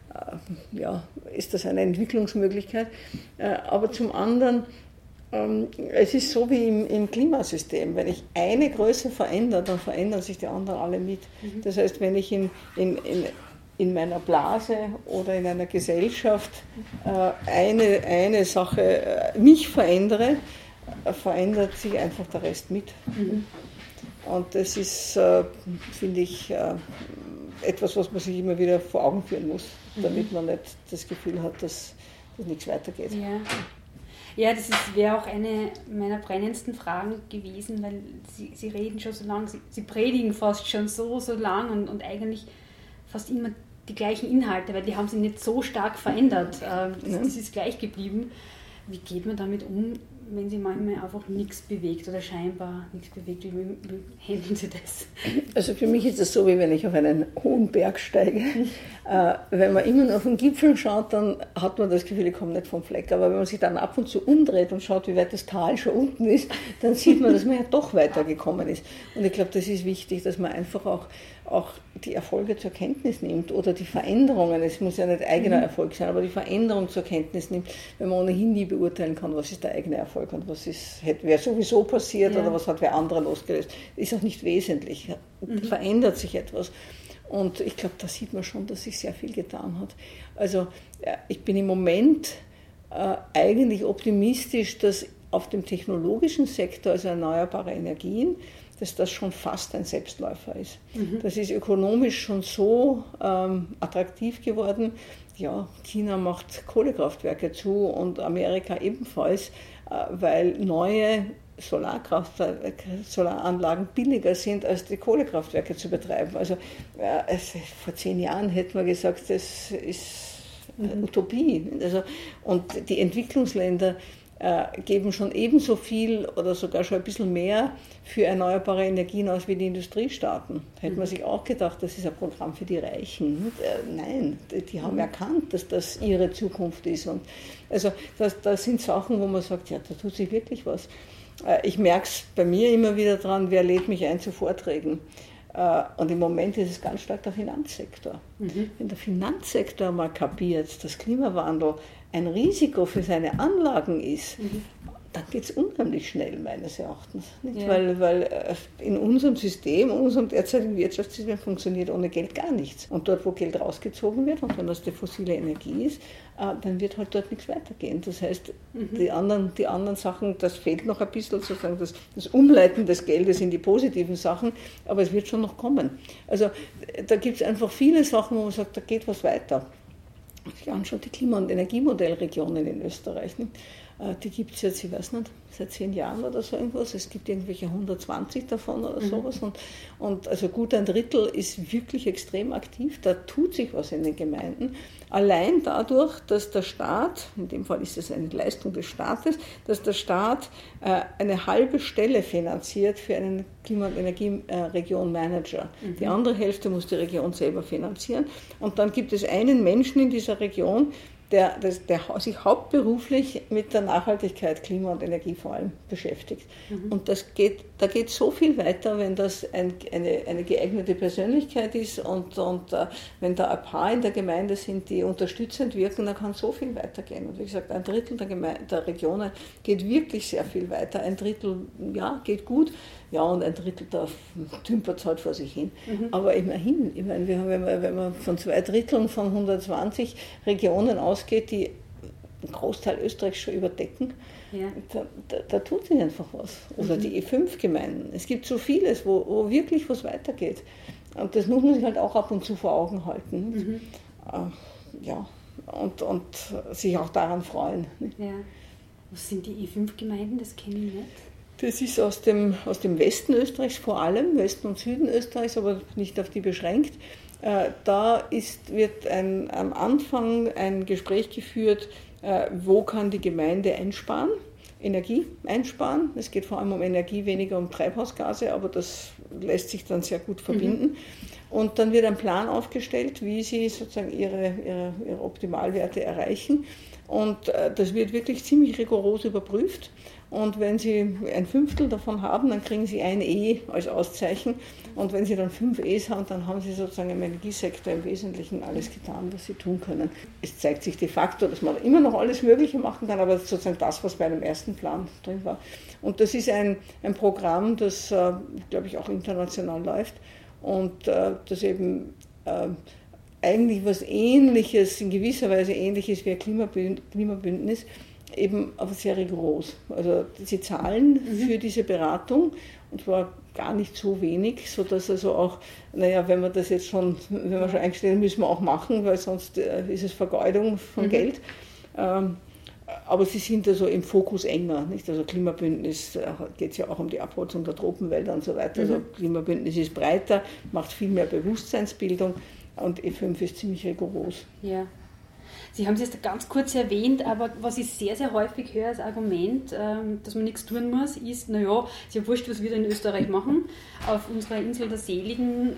ja, ist das eine Entwicklungsmöglichkeit. Äh, aber zum anderen, ähm, es ist so wie im, im Klimasystem, wenn ich eine Größe verändere, dann verändern sich die anderen alle mit. Mhm. Das heißt, wenn ich in, in, in, in meiner Blase oder in einer Gesellschaft äh, eine, eine Sache äh, mich verändere, äh, verändert sich einfach der Rest mit. Mhm. Und das ist, äh, finde ich, äh, etwas, was man sich immer wieder vor Augen führen muss, damit man nicht das Gefühl hat, dass, dass nichts weitergeht. Ja, ja, das wäre auch eine meiner brennendsten Fragen gewesen, weil Sie, Sie reden schon so lange, Sie, Sie predigen fast schon so, so lang und, und eigentlich fast immer die gleichen Inhalte, weil die haben sich nicht so stark verändert. Äh, das, das ist gleich geblieben. Wie geht man damit um, wenn sich manchmal einfach nichts bewegt oder scheinbar nichts bewegt? Wie, wie handeln Sie das? Also für mich ist es so, wie wenn ich auf einen hohen Berg steige. äh, wenn man immer nur auf den Gipfel schaut, dann hat man das Gefühl, ich komme nicht vom Fleck. Aber wenn man sich dann ab und zu umdreht und schaut, wie weit das Tal schon unten ist, dann sieht man, dass man ja doch weitergekommen ist. Und ich glaube, das ist wichtig, dass man einfach auch, auch die Erfolge zur Kenntnis nimmt oder die Veränderungen. Es muss ja nicht eigener mhm. Erfolg sein, aber die Veränderung zur Kenntnis nimmt, wenn man ohnehin nie beurteilen kann, was ist der eigene Erfolg und was ist, hätte, wäre sowieso passiert ja. oder was hat wer anderer losgelöst. Ist auch nicht wesentlich. Mhm. Verändert sich etwas. Und ich glaube, da sieht man schon, dass sich sehr viel getan hat. Also ich bin im Moment äh, eigentlich optimistisch, dass auf dem technologischen Sektor, also erneuerbare Energien, dass das schon fast ein Selbstläufer ist. Mhm. Das ist ökonomisch schon so ähm, attraktiv geworden. Ja, China macht Kohlekraftwerke zu und Amerika ebenfalls, äh, weil neue Solarkraftwerke, Solaranlagen billiger sind, als die Kohlekraftwerke zu betreiben. Also äh, es, vor zehn Jahren hätte man gesagt, das ist mhm. Utopie. Also, und die Entwicklungsländer äh, geben schon ebenso viel oder sogar schon ein bisschen mehr für erneuerbare Energien aus wie die Industriestaaten. Da hätte man sich auch gedacht, das ist ein Programm für die Reichen. Äh, nein, die, die haben erkannt, dass das ihre Zukunft ist. Und also das, das sind Sachen, wo man sagt, ja, da tut sich wirklich was. Äh, ich merke es bei mir immer wieder dran, wer lädt mich ein zu Vorträgen. Äh, und im Moment ist es ganz stark der Finanzsektor. Mhm. Wenn der Finanzsektor mal kapiert, dass Klimawandel ein Risiko für seine Anlagen ist, mhm. dann geht es unheimlich schnell, meines Erachtens. Nicht? Ja. Weil, weil in unserem System, in unserem derzeitigen Wirtschaftssystem funktioniert ohne Geld gar nichts. Und dort, wo Geld rausgezogen wird, und wenn das die fossile Energie ist, dann wird halt dort nichts weitergehen. Das heißt, mhm. die, anderen, die anderen Sachen, das fehlt noch ein bisschen, sozusagen das, das Umleiten des Geldes in die positiven Sachen, aber es wird schon noch kommen. Also da gibt es einfach viele Sachen, wo man sagt, da geht was weiter. Ich anschaue die Klima- und Energiemodellregionen in Österreich. Nicht? Die gibt es jetzt, ich weiß nicht, seit zehn Jahren oder so irgendwas. Es gibt irgendwelche hundertzwanzig davon oder sowas. Mhm. Und, und also gut ein Drittel ist wirklich extrem aktiv. Da tut sich was in den Gemeinden. Allein dadurch, dass der Staat, in dem Fall ist es eine Leistung des Staates, dass der Staat äh, eine halbe Stelle finanziert für einen Klima- und Energieregion-Manager. Mhm. Die andere Hälfte muss die Region selber finanzieren. Und dann gibt es einen Menschen in dieser Region, Der, der sich hauptberuflich mit der Nachhaltigkeit, Klima und Energie vor allem beschäftigt. Mhm. Und das geht, da geht so viel weiter, wenn das ein, eine, eine geeignete Persönlichkeit ist und, und uh, wenn da ein paar in der Gemeinde sind, die unterstützend wirken, dann kann so viel weitergehen. Und wie gesagt, ein Drittel der, Geme- der Regionen geht wirklich sehr viel weiter. Ein Drittel, ja, geht gut. Ja, und ein Drittel da tümpert es halt vor sich hin. Mhm. Aber immerhin, ich meine, wir haben, wenn, man, wenn man von zwei Dritteln von hundertzwanzig Regionen ausgeht, die einen Großteil Österreichs schon überdecken, ja. da, da, da tut sich einfach was. Oder mhm. die E fünf Gemeinden. Es gibt so vieles, wo, wo wirklich was weitergeht. Und das muss man sich halt auch ab und zu vor Augen halten. Mhm. Äh, ja, und, und sich auch daran freuen. Ja. Was sind die E fünf Gemeinden? Das kenne ich nicht. Das ist aus dem, aus dem Westen Österreichs vor allem, Westen und Süden Österreichs, aber nicht auf die beschränkt. Äh, da ist, wird ein, am Anfang ein Gespräch geführt, äh, wo kann die Gemeinde einsparen, Energie einsparen. Es geht vor allem um Energie, weniger um Treibhausgase, aber das lässt sich dann sehr gut verbinden. Mhm. Und dann wird ein Plan aufgestellt, wie sie sozusagen ihre, ihre, ihre Optimalwerte erreichen. Und äh, das wird wirklich ziemlich rigoros überprüft. Und wenn Sie ein Fünftel davon haben, dann kriegen Sie ein E als Auszeichen. Und wenn Sie dann fünf E's haben, dann haben Sie sozusagen im Energiesektor im Wesentlichen alles getan, was Sie tun können. Es zeigt sich de facto, dass man immer noch alles Mögliche machen kann, aber sozusagen das, was bei einem ersten Plan drin war. Und das ist ein, ein Programm, das, äh, glaube ich, auch international läuft und äh, das eben äh, eigentlich was Ähnliches, in gewisser Weise Ähnliches wie ein Klimabünd- Klimabündnis, eben aber sehr rigoros. Also sie zahlen mhm. für diese Beratung und zwar gar nicht so wenig, sodass also auch, naja, wenn wir das jetzt schon, wenn wir schon eingestellt müssen wir auch machen, weil sonst ist es Vergeudung von mhm. Geld. Ähm, aber sie sind also im Fokus enger. Nicht? Also Klimabündnis geht es ja auch um die Abholzung der Tropenwälder und so weiter. Mhm. Also Klimabündnis ist breiter, macht viel mehr Bewusstseinsbildung und E fünf ist ziemlich rigoros. Ja. Sie haben es jetzt ganz kurz erwähnt, aber was ich sehr, sehr häufig höre als Argument, dass man nichts tun muss, ist, naja, ist ja wurscht, was wir da in Österreich machen, auf unserer Insel der Seligen,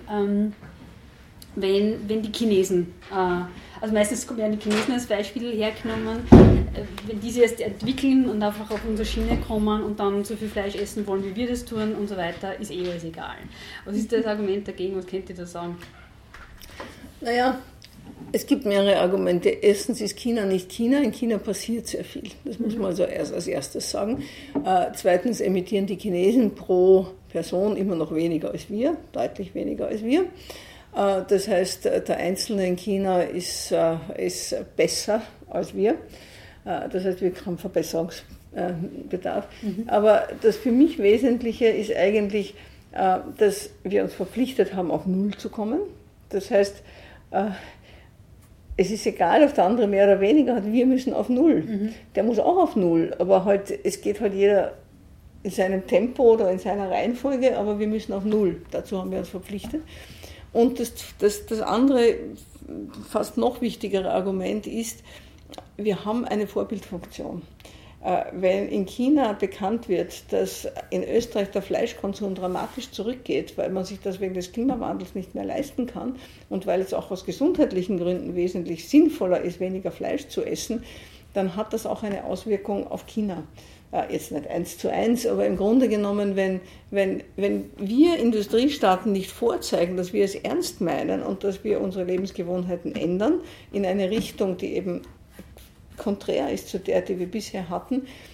wenn, wenn die Chinesen, also meistens werden die Chinesen als Beispiel hergenommen, wenn die sich erst entwickeln und einfach auf unsere Schiene kommen und dann so viel Fleisch essen wollen, wie wir das tun und so weiter, ist eh alles egal. Was ist das Argument dagegen, was könnt ihr da sagen? Naja, es gibt mehrere Argumente. Erstens ist China nicht China. In China passiert sehr viel. Das muss man also erst als erstes sagen. Äh, zweitens emittieren die Chinesen pro Person immer noch weniger als wir, deutlich weniger als wir. Äh, das heißt, der Einzelne in China ist, äh, ist besser als wir. Äh, das heißt, wir haben Verbesserungsbedarf. Mhm. Aber das für mich Wesentliche ist eigentlich, äh, dass wir uns verpflichtet haben, auf Null zu kommen. Das heißt, äh, es ist egal, ob der andere mehr oder weniger hat, wir müssen auf Null. Mhm. Der muss auch auf Null, aber halt, es geht halt jeder in seinem Tempo oder in seiner Reihenfolge, aber wir müssen auf Null. Dazu haben wir uns verpflichtet. Und das, das, das andere, fast noch wichtigere Argument ist, wir haben eine Vorbildfunktion. Wenn in China bekannt wird, dass in Österreich der Fleischkonsum dramatisch zurückgeht, weil man sich das wegen des Klimawandels nicht mehr leisten kann und weil es auch aus gesundheitlichen Gründen wesentlich sinnvoller ist, weniger Fleisch zu essen, dann hat das auch eine Auswirkung auf China. Jetzt nicht eins zu eins, aber im Grunde genommen, wenn, wenn, wenn wir Industriestaaten nicht vorzeigen, dass wir es ernst meinen und dass wir unsere Lebensgewohnheiten ändern in eine Richtung, die eben konträr ist zu der, die wir bisher hatten,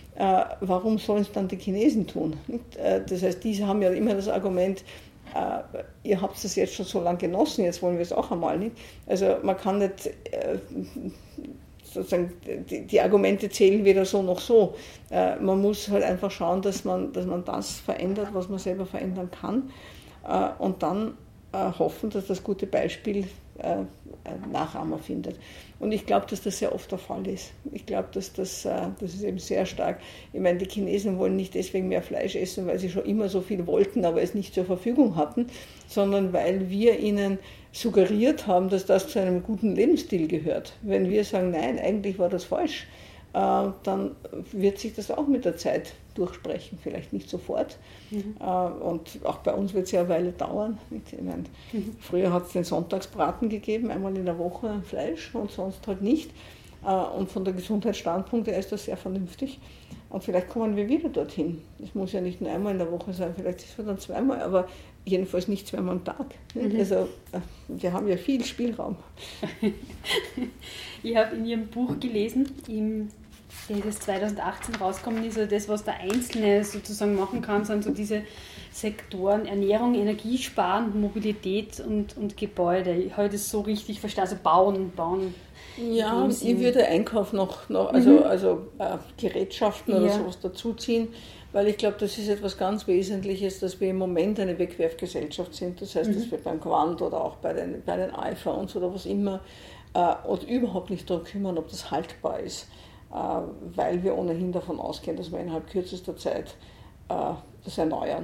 äh, warum sollen es dann die Chinesen tun? Äh, das heißt, diese haben ja immer das Argument, äh, ihr habt es jetzt schon so lange genossen, jetzt wollen wir es auch einmal nicht. Also man kann nicht, äh, sozusagen, die, die Argumente zählen weder so noch so. Äh, man muss halt einfach schauen, dass man, dass man das verändert, was man selber verändern kann, äh, und dann äh, hoffen, dass das gute Beispiel äh, Nachahmer findet. Und ich glaube, dass das sehr oft der Fall ist. Ich glaube, dass das, äh, das ist eben sehr stark. Ich meine, die Chinesen wollen nicht deswegen mehr Fleisch essen, weil sie schon immer so viel wollten, aber es nicht zur Verfügung hatten, sondern weil wir ihnen suggeriert haben, dass das zu einem guten Lebensstil gehört. Wenn wir sagen, nein, eigentlich war das falsch, äh, dann wird sich das auch mit der Zeit durchsprechen, vielleicht nicht sofort. Mhm. Äh, und auch bei uns wird es ja eine Weile dauern. Ich meine, mhm. Früher hat es den Sonntagsbraten gegeben, einmal in der Woche Fleisch und sonst halt nicht. Äh, und von der Gesundheitsstandpunkt her ist das sehr vernünftig. Und vielleicht kommen wir wieder dorthin. Es muss ja nicht nur einmal in der Woche sein, vielleicht ist es dann zweimal, aber jedenfalls nicht zweimal am Tag. Mhm. Also wir haben ja viel Spielraum. Ich habe in Ihrem Buch gelesen, im, das zweitausendachtzehn rausgekommen ist, also das, was der Einzelne sozusagen machen kann, sind so diese Sektoren Ernährung, Energiesparen, Mobilität und, und Gebäude. Ich habe das so richtig verstanden, also bauen, bauen. Ja, ich würde Einkauf noch, noch also, mhm. also äh, Gerätschaften oder ja. sowas dazuziehen, weil ich glaube, das ist etwas ganz Wesentliches, dass wir im Moment eine Wegwerfgesellschaft sind. Das heißt, mhm. dass wir beim Quant oder auch bei den, bei den iPhones oder was immer äh, oder überhaupt nicht darum kümmern, ob das haltbar ist, äh, weil wir ohnehin davon ausgehen, dass wir innerhalb kürzester Zeit äh, das erneuern.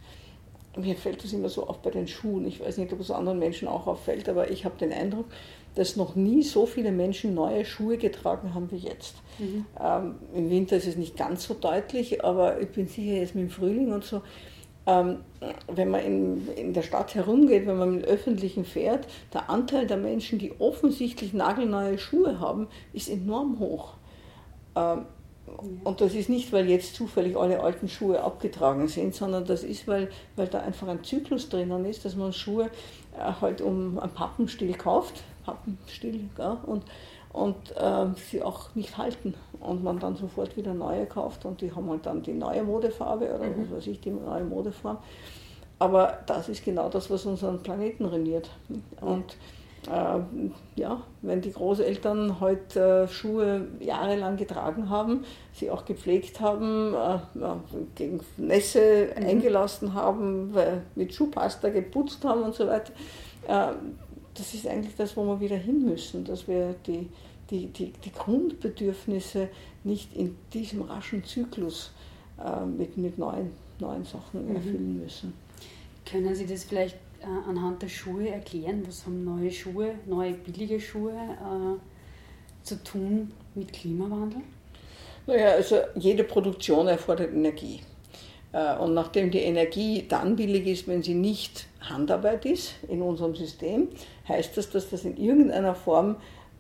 Und mir fällt das immer so auf bei den Schuhen. Ich weiß nicht, ob es anderen Menschen auch auffällt, aber ich habe den Eindruck, dass noch nie so viele Menschen neue Schuhe getragen haben wie jetzt. Mhm. Ähm, im Winter ist es nicht ganz so deutlich, aber ich bin sicher jetzt mit dem Frühling und so, ähm, wenn man in, in der Stadt herumgeht, wenn man mit Öffentlichen fährt, der Anteil der Menschen, die offensichtlich nagelneue Schuhe haben, ist enorm hoch. Ähm, Und das ist nicht, weil jetzt zufällig alle alten Schuhe abgetragen sind, sondern das ist, weil, weil da einfach ein Zyklus drinnen ist, dass man Schuhe äh, halt um einen Pappenstiel kauft, Pappenstiel, ja, und, und äh, sie auch nicht halten und man dann sofort wieder neue kauft und die haben halt dann die neue Modefarbe oder mhm. was weiß ich, die neue Modeform. Aber das ist genau das, was unseren Planeten ruiniert. Und Äh, ja, wenn die Großeltern heute äh, Schuhe jahrelang getragen haben, sie auch gepflegt haben, äh, ja, gegen Nässe mhm. eingelassen haben, mit Schuhpasta geputzt haben und so weiter, äh, das ist eigentlich das, wo wir wieder hin müssen, dass wir die, die, die, die Grundbedürfnisse nicht in diesem raschen Zyklus äh, mit, mit neuen, neuen Sachen mhm. erfüllen müssen. Können Sie das vielleicht anhand der Schuhe erklären, was haben neue Schuhe, neue billige Schuhe äh, zu tun mit Klimawandel? Naja, also jede Produktion erfordert Energie. Äh, und nachdem die Energie dann billig ist, wenn sie nicht Handarbeit ist in unserem System, heißt das, dass das in irgendeiner Form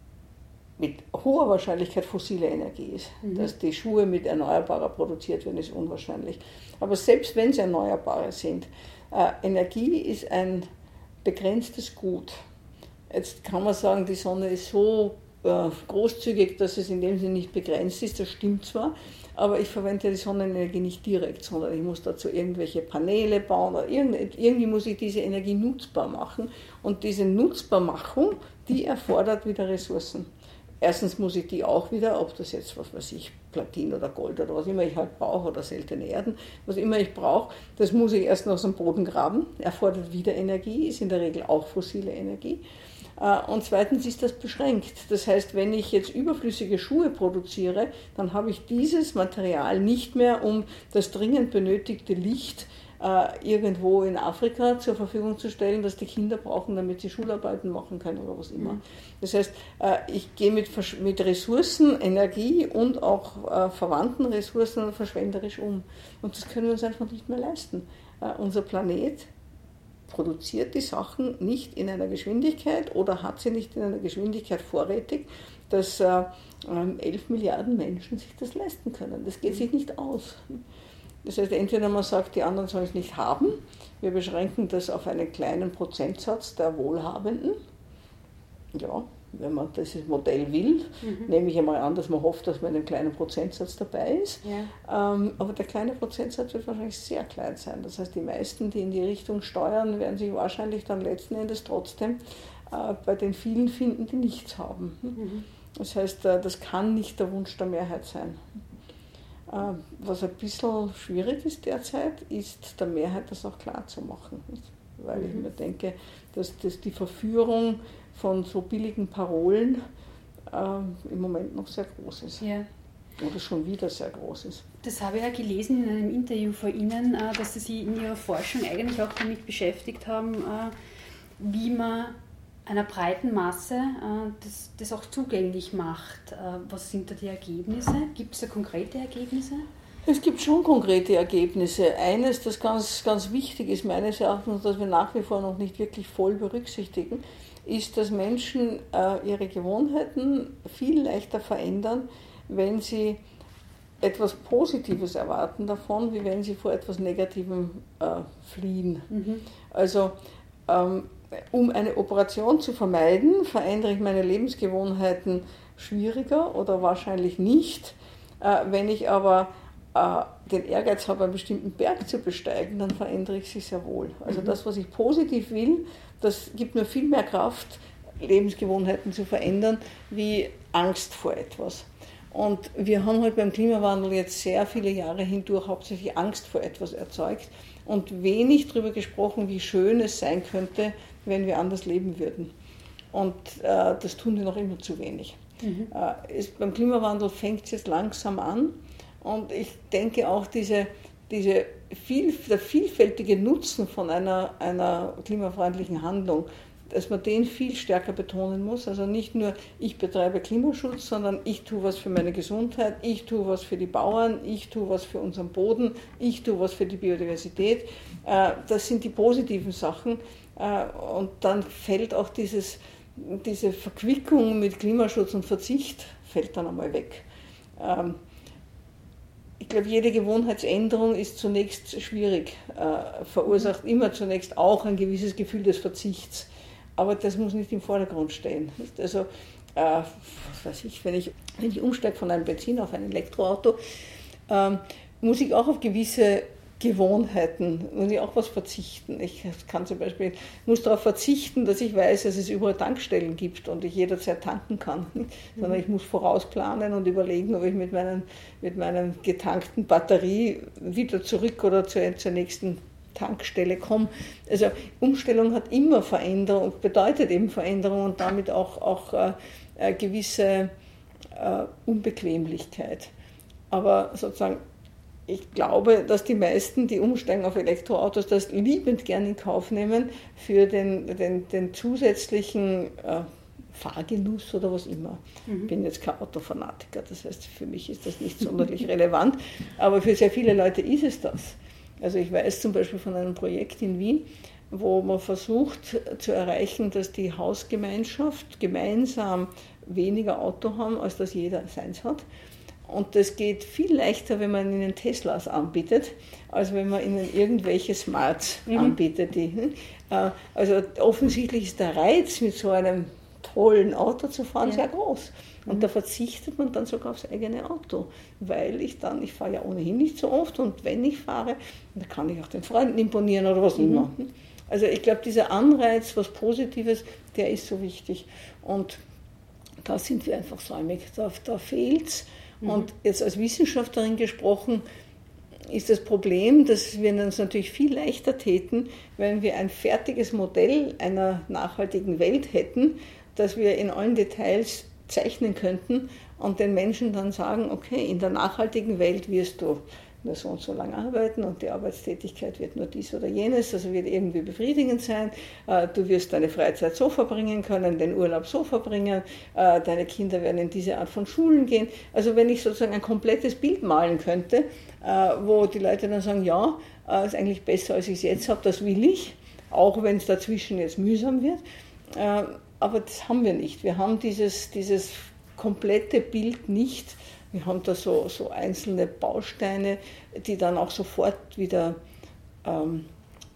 mit hoher Wahrscheinlichkeit fossile Energie ist. Mhm. Dass die Schuhe mit erneuerbarer produziert werden, ist unwahrscheinlich. Aber selbst wenn sie erneuerbare sind, Äh, Energie ist ein begrenztes Gut. Jetzt kann man sagen, die Sonne ist so äh, großzügig, dass es in dem Sinne nicht begrenzt ist. Das stimmt zwar, aber ich verwende die Sonnenenergie nicht direkt, sondern ich muss dazu irgendwelche Paneele bauen oder irgendwie, irgendwie muss ich diese Energie nutzbar machen. Und diese Nutzbarmachung, die erfordert wieder Ressourcen. Erstens muss ich die auch wieder, ob das jetzt, was weiß ich, Platin oder Gold oder was immer ich halt brauche oder seltene Erden, was immer ich brauche, das muss ich erst aus dem Boden graben, erfordert wieder Energie, ist in der Regel auch fossile Energie. Und zweitens ist das beschränkt. Das heißt, wenn ich jetzt überflüssige Schuhe produziere, dann habe ich dieses Material nicht mehr, um das dringend benötigte Licht irgendwo in Afrika zur Verfügung zu stellen, das die Kinder brauchen, damit sie Schularbeiten machen können oder was immer. Das heißt, ich gehe mit, mit Ressourcen, Energie und auch verwandten Ressourcen verschwenderisch um. Und das können wir uns einfach nicht mehr leisten. Unser Planet produziert die Sachen nicht in einer Geschwindigkeit oder hat sie nicht in einer Geschwindigkeit vorrätig, dass elf Milliarden Menschen sich das leisten können. Das geht sich nicht aus. Das heißt, entweder man sagt, die anderen sollen es nicht haben, wir beschränken das auf einen kleinen Prozentsatz der Wohlhabenden, ja, wenn man dieses Modell will, mhm. nehme ich einmal an, dass man hofft, dass man in einem kleinen Prozentsatz dabei ist. Ja. Ähm, aber der kleine Prozentsatz wird wahrscheinlich sehr klein sein. Das heißt, die meisten, die in die Richtung steuern, werden sich wahrscheinlich dann letzten Endes trotzdem äh, bei den vielen finden, die nichts haben. Mhm. Das heißt, äh, das kann nicht der Wunsch der Mehrheit sein. Äh, was ein bisschen schwierig ist derzeit, ist der Mehrheit das auch klar zu machen. Weil mhm. ich mir denke, dass, dass die Verführung von so billigen Parolen äh, im Moment noch sehr groß ist. Ja. Oder schon wieder sehr groß ist. Das habe ich ja gelesen in einem Interview von Ihnen, äh, dass Sie sich in Ihrer Forschung eigentlich auch damit beschäftigt haben, äh, wie man einer breiten Masse äh, das, das auch zugänglich macht. Äh, was sind da die Ergebnisse? Gibt es da konkrete Ergebnisse? Es gibt schon konkrete Ergebnisse. Eines, das ganz, ganz wichtig ist, meines Erachtens, das wir nach wie vor noch nicht wirklich voll berücksichtigen, ist, dass Menschen äh, ihre Gewohnheiten viel leichter verändern, wenn sie etwas Positives erwarten davon, wie wenn sie vor etwas Negativem äh, fliehen. Mhm. Also ähm, um eine Operation zu vermeiden, verändere ich meine Lebensgewohnheiten schwieriger oder wahrscheinlich nicht. Äh, wenn ich aber äh, den Ehrgeiz habe, einen bestimmten Berg zu besteigen, dann verändere ich sie sehr wohl. Also mhm. das, was ich positiv will, das gibt mir viel mehr Kraft, Lebensgewohnheiten zu verändern, wie Angst vor etwas. Und wir haben halt beim Klimawandel jetzt sehr viele Jahre hindurch hauptsächlich Angst vor etwas erzeugt und wenig darüber gesprochen, wie schön es sein könnte, wenn wir anders leben würden. Und äh, das tun wir noch immer zu wenig. Mhm. Äh, es, beim Klimawandel fängt es jetzt langsam an und ich denke auch, diese, diese viel, der vielfältige Nutzen von einer, einer klimafreundlichen Handlung, dass man den viel stärker betonen muss. Also nicht nur, ich betreibe Klimaschutz, sondern ich tue was für meine Gesundheit, ich tue was für die Bauern, ich tue was für unseren Boden, ich tue was für die Biodiversität. Das sind die positiven Sachen. Und dann fällt auch dieses, diese Verquickung mit Klimaschutz und Verzicht fällt dann einmal weg. Ich glaube, jede Gewohnheitsänderung ist zunächst schwierig, verursacht immer zunächst auch ein gewisses Gefühl des Verzichts. Aber das muss nicht im Vordergrund stehen. Also, äh, was weiß ich, wenn ich, wenn ich umsteige von einem Benzin auf ein Elektroauto, ähm, muss ich auch auf gewisse Gewohnheiten, muss ich auch was verzichten. Ich kann zum Beispiel, muss darauf verzichten, dass ich weiß, dass es überall Tankstellen gibt und ich jederzeit tanken kann. Nicht? Sondern ich muss vorausplanen und überlegen, ob ich mit meinen, mit meiner getankten Batterie wieder zurück oder zur, zur nächsten Tankstelle komme. Also Umstellung hat immer Veränderung, bedeutet eben Veränderung und damit auch, auch äh, äh, gewisse äh, Unbequemlichkeit. Aber sozusagen, ich glaube, dass die meisten, die umsteigen auf Elektroautos, das liebend gern in Kauf nehmen für den, den, den zusätzlichen äh, Fahrgenuss oder was immer. Mhm. Ich bin jetzt kein Autofanatiker, das heißt, für mich ist das nicht sonderlich relevant, aber für sehr viele Leute ist es das. Also ich weiß zum Beispiel von einem Projekt in Wien, wo man versucht zu erreichen, dass die Hausgemeinschaft gemeinsam weniger Auto haben, als dass jeder seins hat. Und das geht viel leichter, wenn man ihnen Teslas anbietet, als wenn man ihnen irgendwelche Smarts mhm. anbietet. Die, also offensichtlich ist der Reiz, mit so einem tollen Auto zu fahren, ja. sehr groß. Und mhm. da verzichtet man dann sogar aufs eigene Auto, weil ich dann, ich fahre ja ohnehin nicht so oft und wenn ich fahre, dann kann ich auch den Freunden imponieren oder was mhm. immer. Also ich glaube, dieser Anreiz, was Positives, der ist so wichtig. Und da sind wir einfach säumig, da, da fehlt es. Mhm. Und jetzt als Wissenschaftlerin gesprochen, ist das Problem, dass wir uns natürlich viel leichter täten, wenn wir ein fertiges Modell einer nachhaltigen Welt hätten, das wir in allen Details zeichnen könnten und den Menschen dann sagen, okay, in der nachhaltigen Welt wirst du nur so und so lange arbeiten und die Arbeitstätigkeit wird nur dies oder jenes, also wird irgendwie befriedigend sein, du wirst deine Freizeit so verbringen können, den Urlaub so verbringen, deine Kinder werden in diese Art von Schulen gehen. Also wenn ich sozusagen ein komplettes Bild malen könnte, wo die Leute dann sagen, ja, ist eigentlich besser, als ich es jetzt habe, das will ich, auch wenn es dazwischen jetzt mühsam wird. Aber das haben wir nicht. Wir haben dieses, dieses komplette Bild nicht. Wir haben da so, so einzelne Bausteine, die dann auch sofort wieder ähm,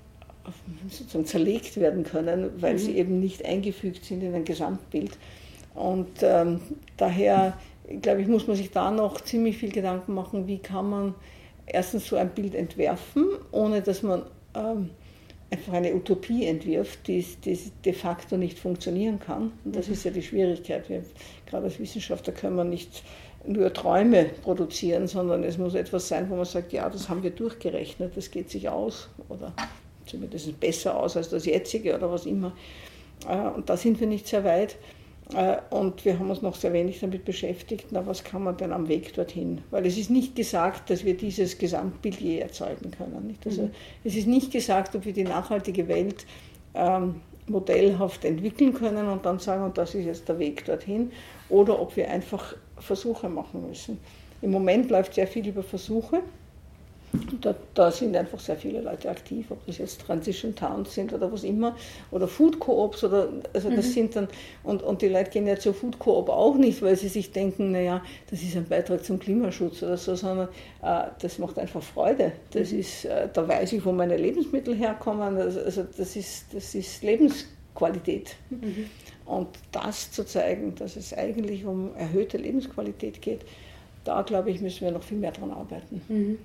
sozusagen zerlegt werden können, weil mhm. sie eben nicht eingefügt sind in ein Gesamtbild. Und ähm, daher, glaube ich, muss man sich da noch ziemlich viel Gedanken machen, wie kann man erstens so ein Bild entwerfen, ohne dass man ähm, einfach eine Utopie entwirft, die, die de facto nicht funktionieren kann. Und das ist ja die Schwierigkeit. Wir, gerade als Wissenschaftler können wir nicht nur Träume produzieren, sondern es muss etwas sein, wo man sagt, ja, das haben wir durchgerechnet, das geht sich aus oder zumindest besser aus als das jetzige oder was immer. Und da sind wir nicht sehr weit. Und wir haben uns noch sehr wenig damit beschäftigt, na, was kann man denn am Weg dorthin? Weil es ist nicht gesagt, dass wir dieses Gesamtbild je erzeugen können. Nicht? Also, mhm. Es ist nicht gesagt, ob wir die nachhaltige Welt ähm, modellhaft entwickeln können und dann sagen, und das ist jetzt der Weg dorthin, oder ob wir einfach Versuche machen müssen. Im Moment läuft sehr viel über Versuche. Da, da sind einfach sehr viele Leute aktiv, ob das jetzt Transition Towns sind oder was immer, oder Food Coops, oder, also das mhm. sind dann, und, und die Leute gehen ja zur Food Coop auch nicht, weil sie sich denken, naja, das ist ein Beitrag zum Klimaschutz oder so, sondern äh, das macht einfach Freude. Das mhm. ist, äh, da weiß ich, wo meine Lebensmittel herkommen, also, also das ist, das ist Lebensqualität. Mhm. Und das zu zeigen, dass es eigentlich um erhöhte Lebensqualität geht, da glaube ich, müssen wir noch viel mehr dran arbeiten. Mhm.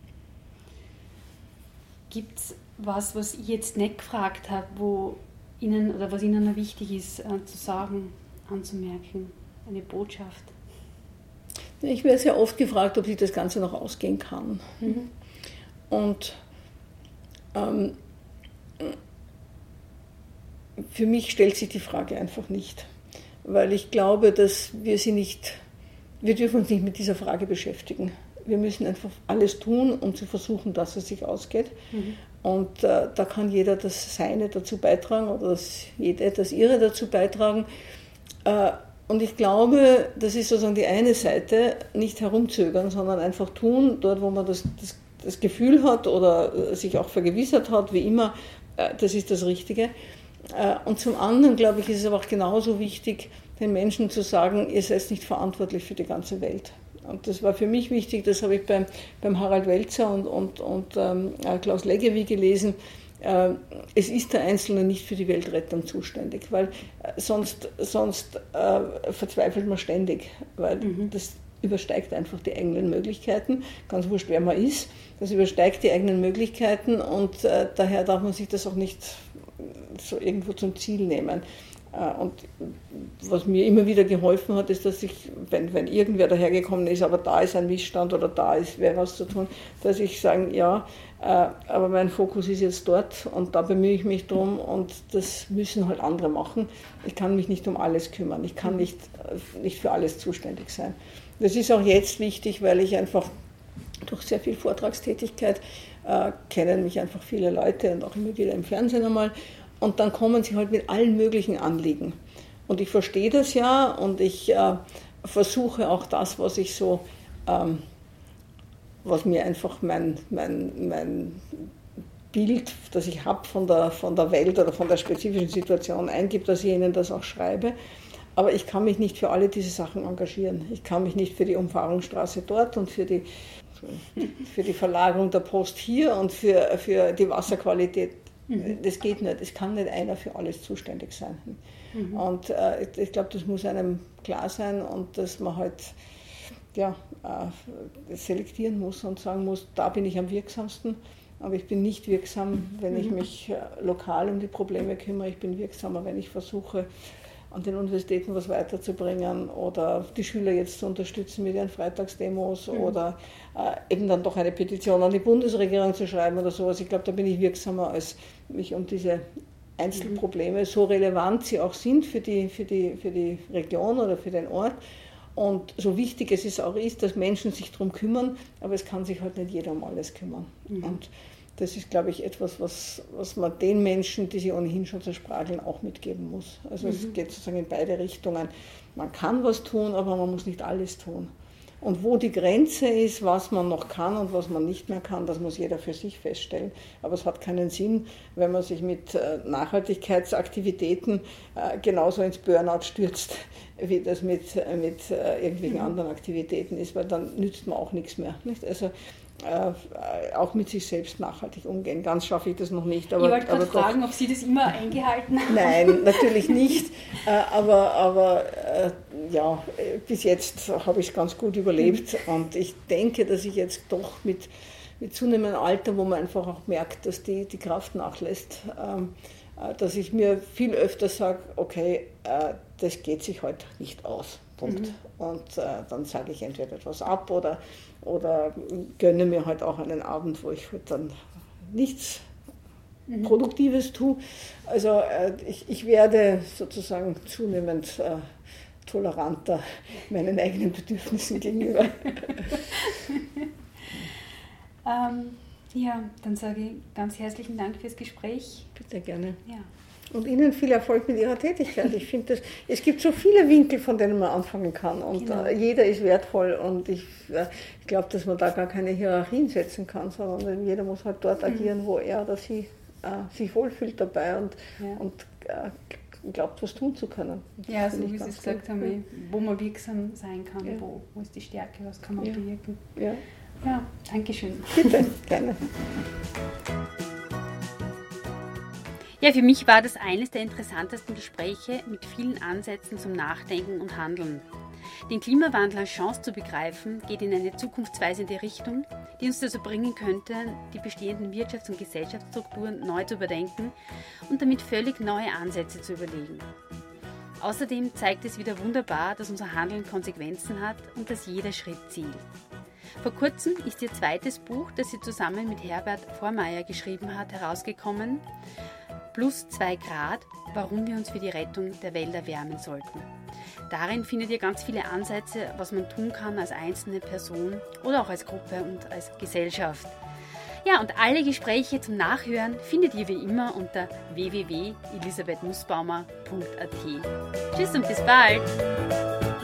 Gibt es was, was ich jetzt nicht gefragt habe, wo Ihnen oder was Ihnen noch wichtig ist, äh, zu sagen, anzumerken? Eine Botschaft? Ich werde sehr oft gefragt, ob sich das Ganze noch ausgehen kann. Mhm. Und ähm, für mich stellt sich die Frage einfach nicht, weil ich glaube, dass wir sie nicht, wir dürfen uns nicht mit dieser Frage beschäftigen. Wir müssen einfach alles tun, um zu versuchen, dass es sich ausgeht. Mhm. Und äh, da kann jeder das Seine dazu beitragen oder das, jede das Ihre dazu beitragen. Äh, und ich glaube, das ist sozusagen die eine Seite, nicht herumzögern, sondern einfach tun, dort wo man das, das, das Gefühl hat oder sich auch vergewissert hat, wie immer, äh, das ist das Richtige. Äh, und zum anderen, glaube ich, ist es aber auch genauso wichtig, den Menschen zu sagen, ihr seid nicht verantwortlich für die ganze Welt. Und das war für mich wichtig, das habe ich beim, beim Harald Welzer und, und, und ähm, Klaus Leggevi gelesen. Äh, es ist der Einzelne nicht für die Weltrettung zuständig, weil äh, sonst, sonst äh, verzweifelt man ständig, weil mhm. das übersteigt einfach die eigenen Möglichkeiten, ganz wurscht, wer man ist, das übersteigt die eigenen Möglichkeiten und äh, daher darf man sich das auch nicht so irgendwo zum Ziel nehmen. Und was mir immer wieder geholfen hat, ist, dass ich, wenn, wenn irgendwer dahergekommen ist, aber da ist ein Missstand oder da ist wer was zu tun, dass ich sage, ja, aber mein Fokus ist jetzt dort und da bemühe ich mich drum und das müssen halt andere machen. Ich kann mich nicht um alles kümmern, ich kann nicht, nicht für alles zuständig sein. Das ist auch jetzt wichtig, weil ich einfach durch sehr viel Vortragstätigkeit äh, kennen mich einfach viele Leute und auch immer wieder im Fernsehen einmal. Und dann kommen sie halt mit allen möglichen Anliegen. Und ich verstehe das ja und ich äh, versuche auch das, was ich so, ähm, was mir einfach mein, mein, mein Bild, das ich habe von der, von der Welt oder von der spezifischen Situation eingibt, dass ich ihnen das auch schreibe. Aber ich kann mich nicht für alle diese Sachen engagieren. Ich kann mich nicht für die Umfahrungsstraße dort und für die, für die Verlagerung der Post hier und für, für die Wasserqualität. Das geht nicht, es kann nicht einer für alles zuständig sein. Mhm. Und äh, ich glaube, das muss einem klar sein und dass man halt ja, äh, selektieren muss und sagen muss, da bin ich am wirksamsten, aber ich bin nicht wirksam, wenn mhm. ich mich äh, lokal um die Probleme kümmere, ich bin wirksamer, wenn ich versuche, an den Universitäten was weiterzubringen oder die Schüler jetzt zu unterstützen mit ihren Freitagsdemos mhm. oder äh, eben dann doch eine Petition an die Bundesregierung zu schreiben oder sowas. Ich glaube, da bin ich wirksamer, als mich um diese Einzelprobleme, mhm. so relevant sie auch sind für die, für, die, für die Region oder für den Ort und so wichtig es ist auch ist, dass Menschen sich darum kümmern, aber es kann sich halt nicht jeder um alles kümmern. Mhm. Und das ist, glaube ich, etwas, was, was man den Menschen, die sich ohnehin schon zersprageln, auch mitgeben muss. Also mhm. es geht sozusagen in beide Richtungen. Man kann was tun, aber man muss nicht alles tun. Und wo die Grenze ist, was man noch kann und was man nicht mehr kann, das muss jeder für sich feststellen. Aber es hat keinen Sinn, wenn man sich mit Nachhaltigkeitsaktivitäten genauso ins Burnout stürzt, wie das mit, mit irgendwelchen anderen Aktivitäten ist, weil dann nützt man auch nichts mehr. Nicht? Also äh, auch mit sich selbst nachhaltig umgehen. Ganz schaffe ich das noch nicht. Aber, ich wollte gerade aber fragen, ob Sie das immer eingehalten haben. Nein, natürlich nicht. Äh, aber aber äh, ja, bis jetzt habe ich es ganz gut überlebt. Mhm. Und ich denke, dass ich jetzt doch mit, mit zunehmendem Alter, wo man einfach auch merkt, dass die, die Kraft nachlässt, ähm, äh, dass ich mir viel öfter sage, okay, äh, das geht sich heute nicht aus. Punkt. Mhm. Und äh, dann sage ich entweder etwas ab oder, oder gönne mir halt auch einen Abend, wo ich halt dann nichts mhm. Produktives tue. Also äh, ich, ich werde sozusagen zunehmend äh, toleranter meinen eigenen Bedürfnissen gegenüber. ähm, ja, dann sage ich ganz herzlichen Dank fürs Gespräch. Bitte gerne. Ja. Und Ihnen viel Erfolg mit Ihrer Tätigkeit. Ich finde, es gibt so viele Winkel, von denen man anfangen kann. Und genau. äh, jeder ist wertvoll. Und ich, äh, ich glaube, dass man da gar keine Hierarchien setzen kann, sondern jeder muss halt dort mhm. agieren, wo er oder sie äh, sich wohlfühlt dabei und, ja. und äh, glaubt, was tun zu können. Ja, so wie Sie es gesagt haben, ja. wo man wirksam sein kann, ja. wo, wo ist die Stärke, was kann man ja. bewirken. Ja. Ja, danke schön. Bitte, gerne. Ja, für mich war das eines der interessantesten Gespräche mit vielen Ansätzen zum Nachdenken und Handeln. Den Klimawandel als Chance zu begreifen, geht in eine zukunftsweisende Richtung, die uns dazu bringen könnte, die bestehenden Wirtschafts- und Gesellschaftsstrukturen neu zu überdenken und damit völlig neue Ansätze zu überlegen. Außerdem zeigt es wieder wunderbar, dass unser Handeln Konsequenzen hat und dass jeder Schritt zählt. Vor kurzem ist ihr zweites Buch, das sie zusammen mit Herbert Vormeier geschrieben hat, herausgekommen. Plus zwei Grad, warum wir uns für die Rettung der Welt erwärmen sollten. Darin findet ihr ganz viele Ansätze, was man tun kann als einzelne Person oder auch als Gruppe und als Gesellschaft. Ja, und alle Gespräche zum Nachhören findet ihr wie immer unter w w w punkt elisabeth nussbaumer punkt a t. Tschüss und bis bald!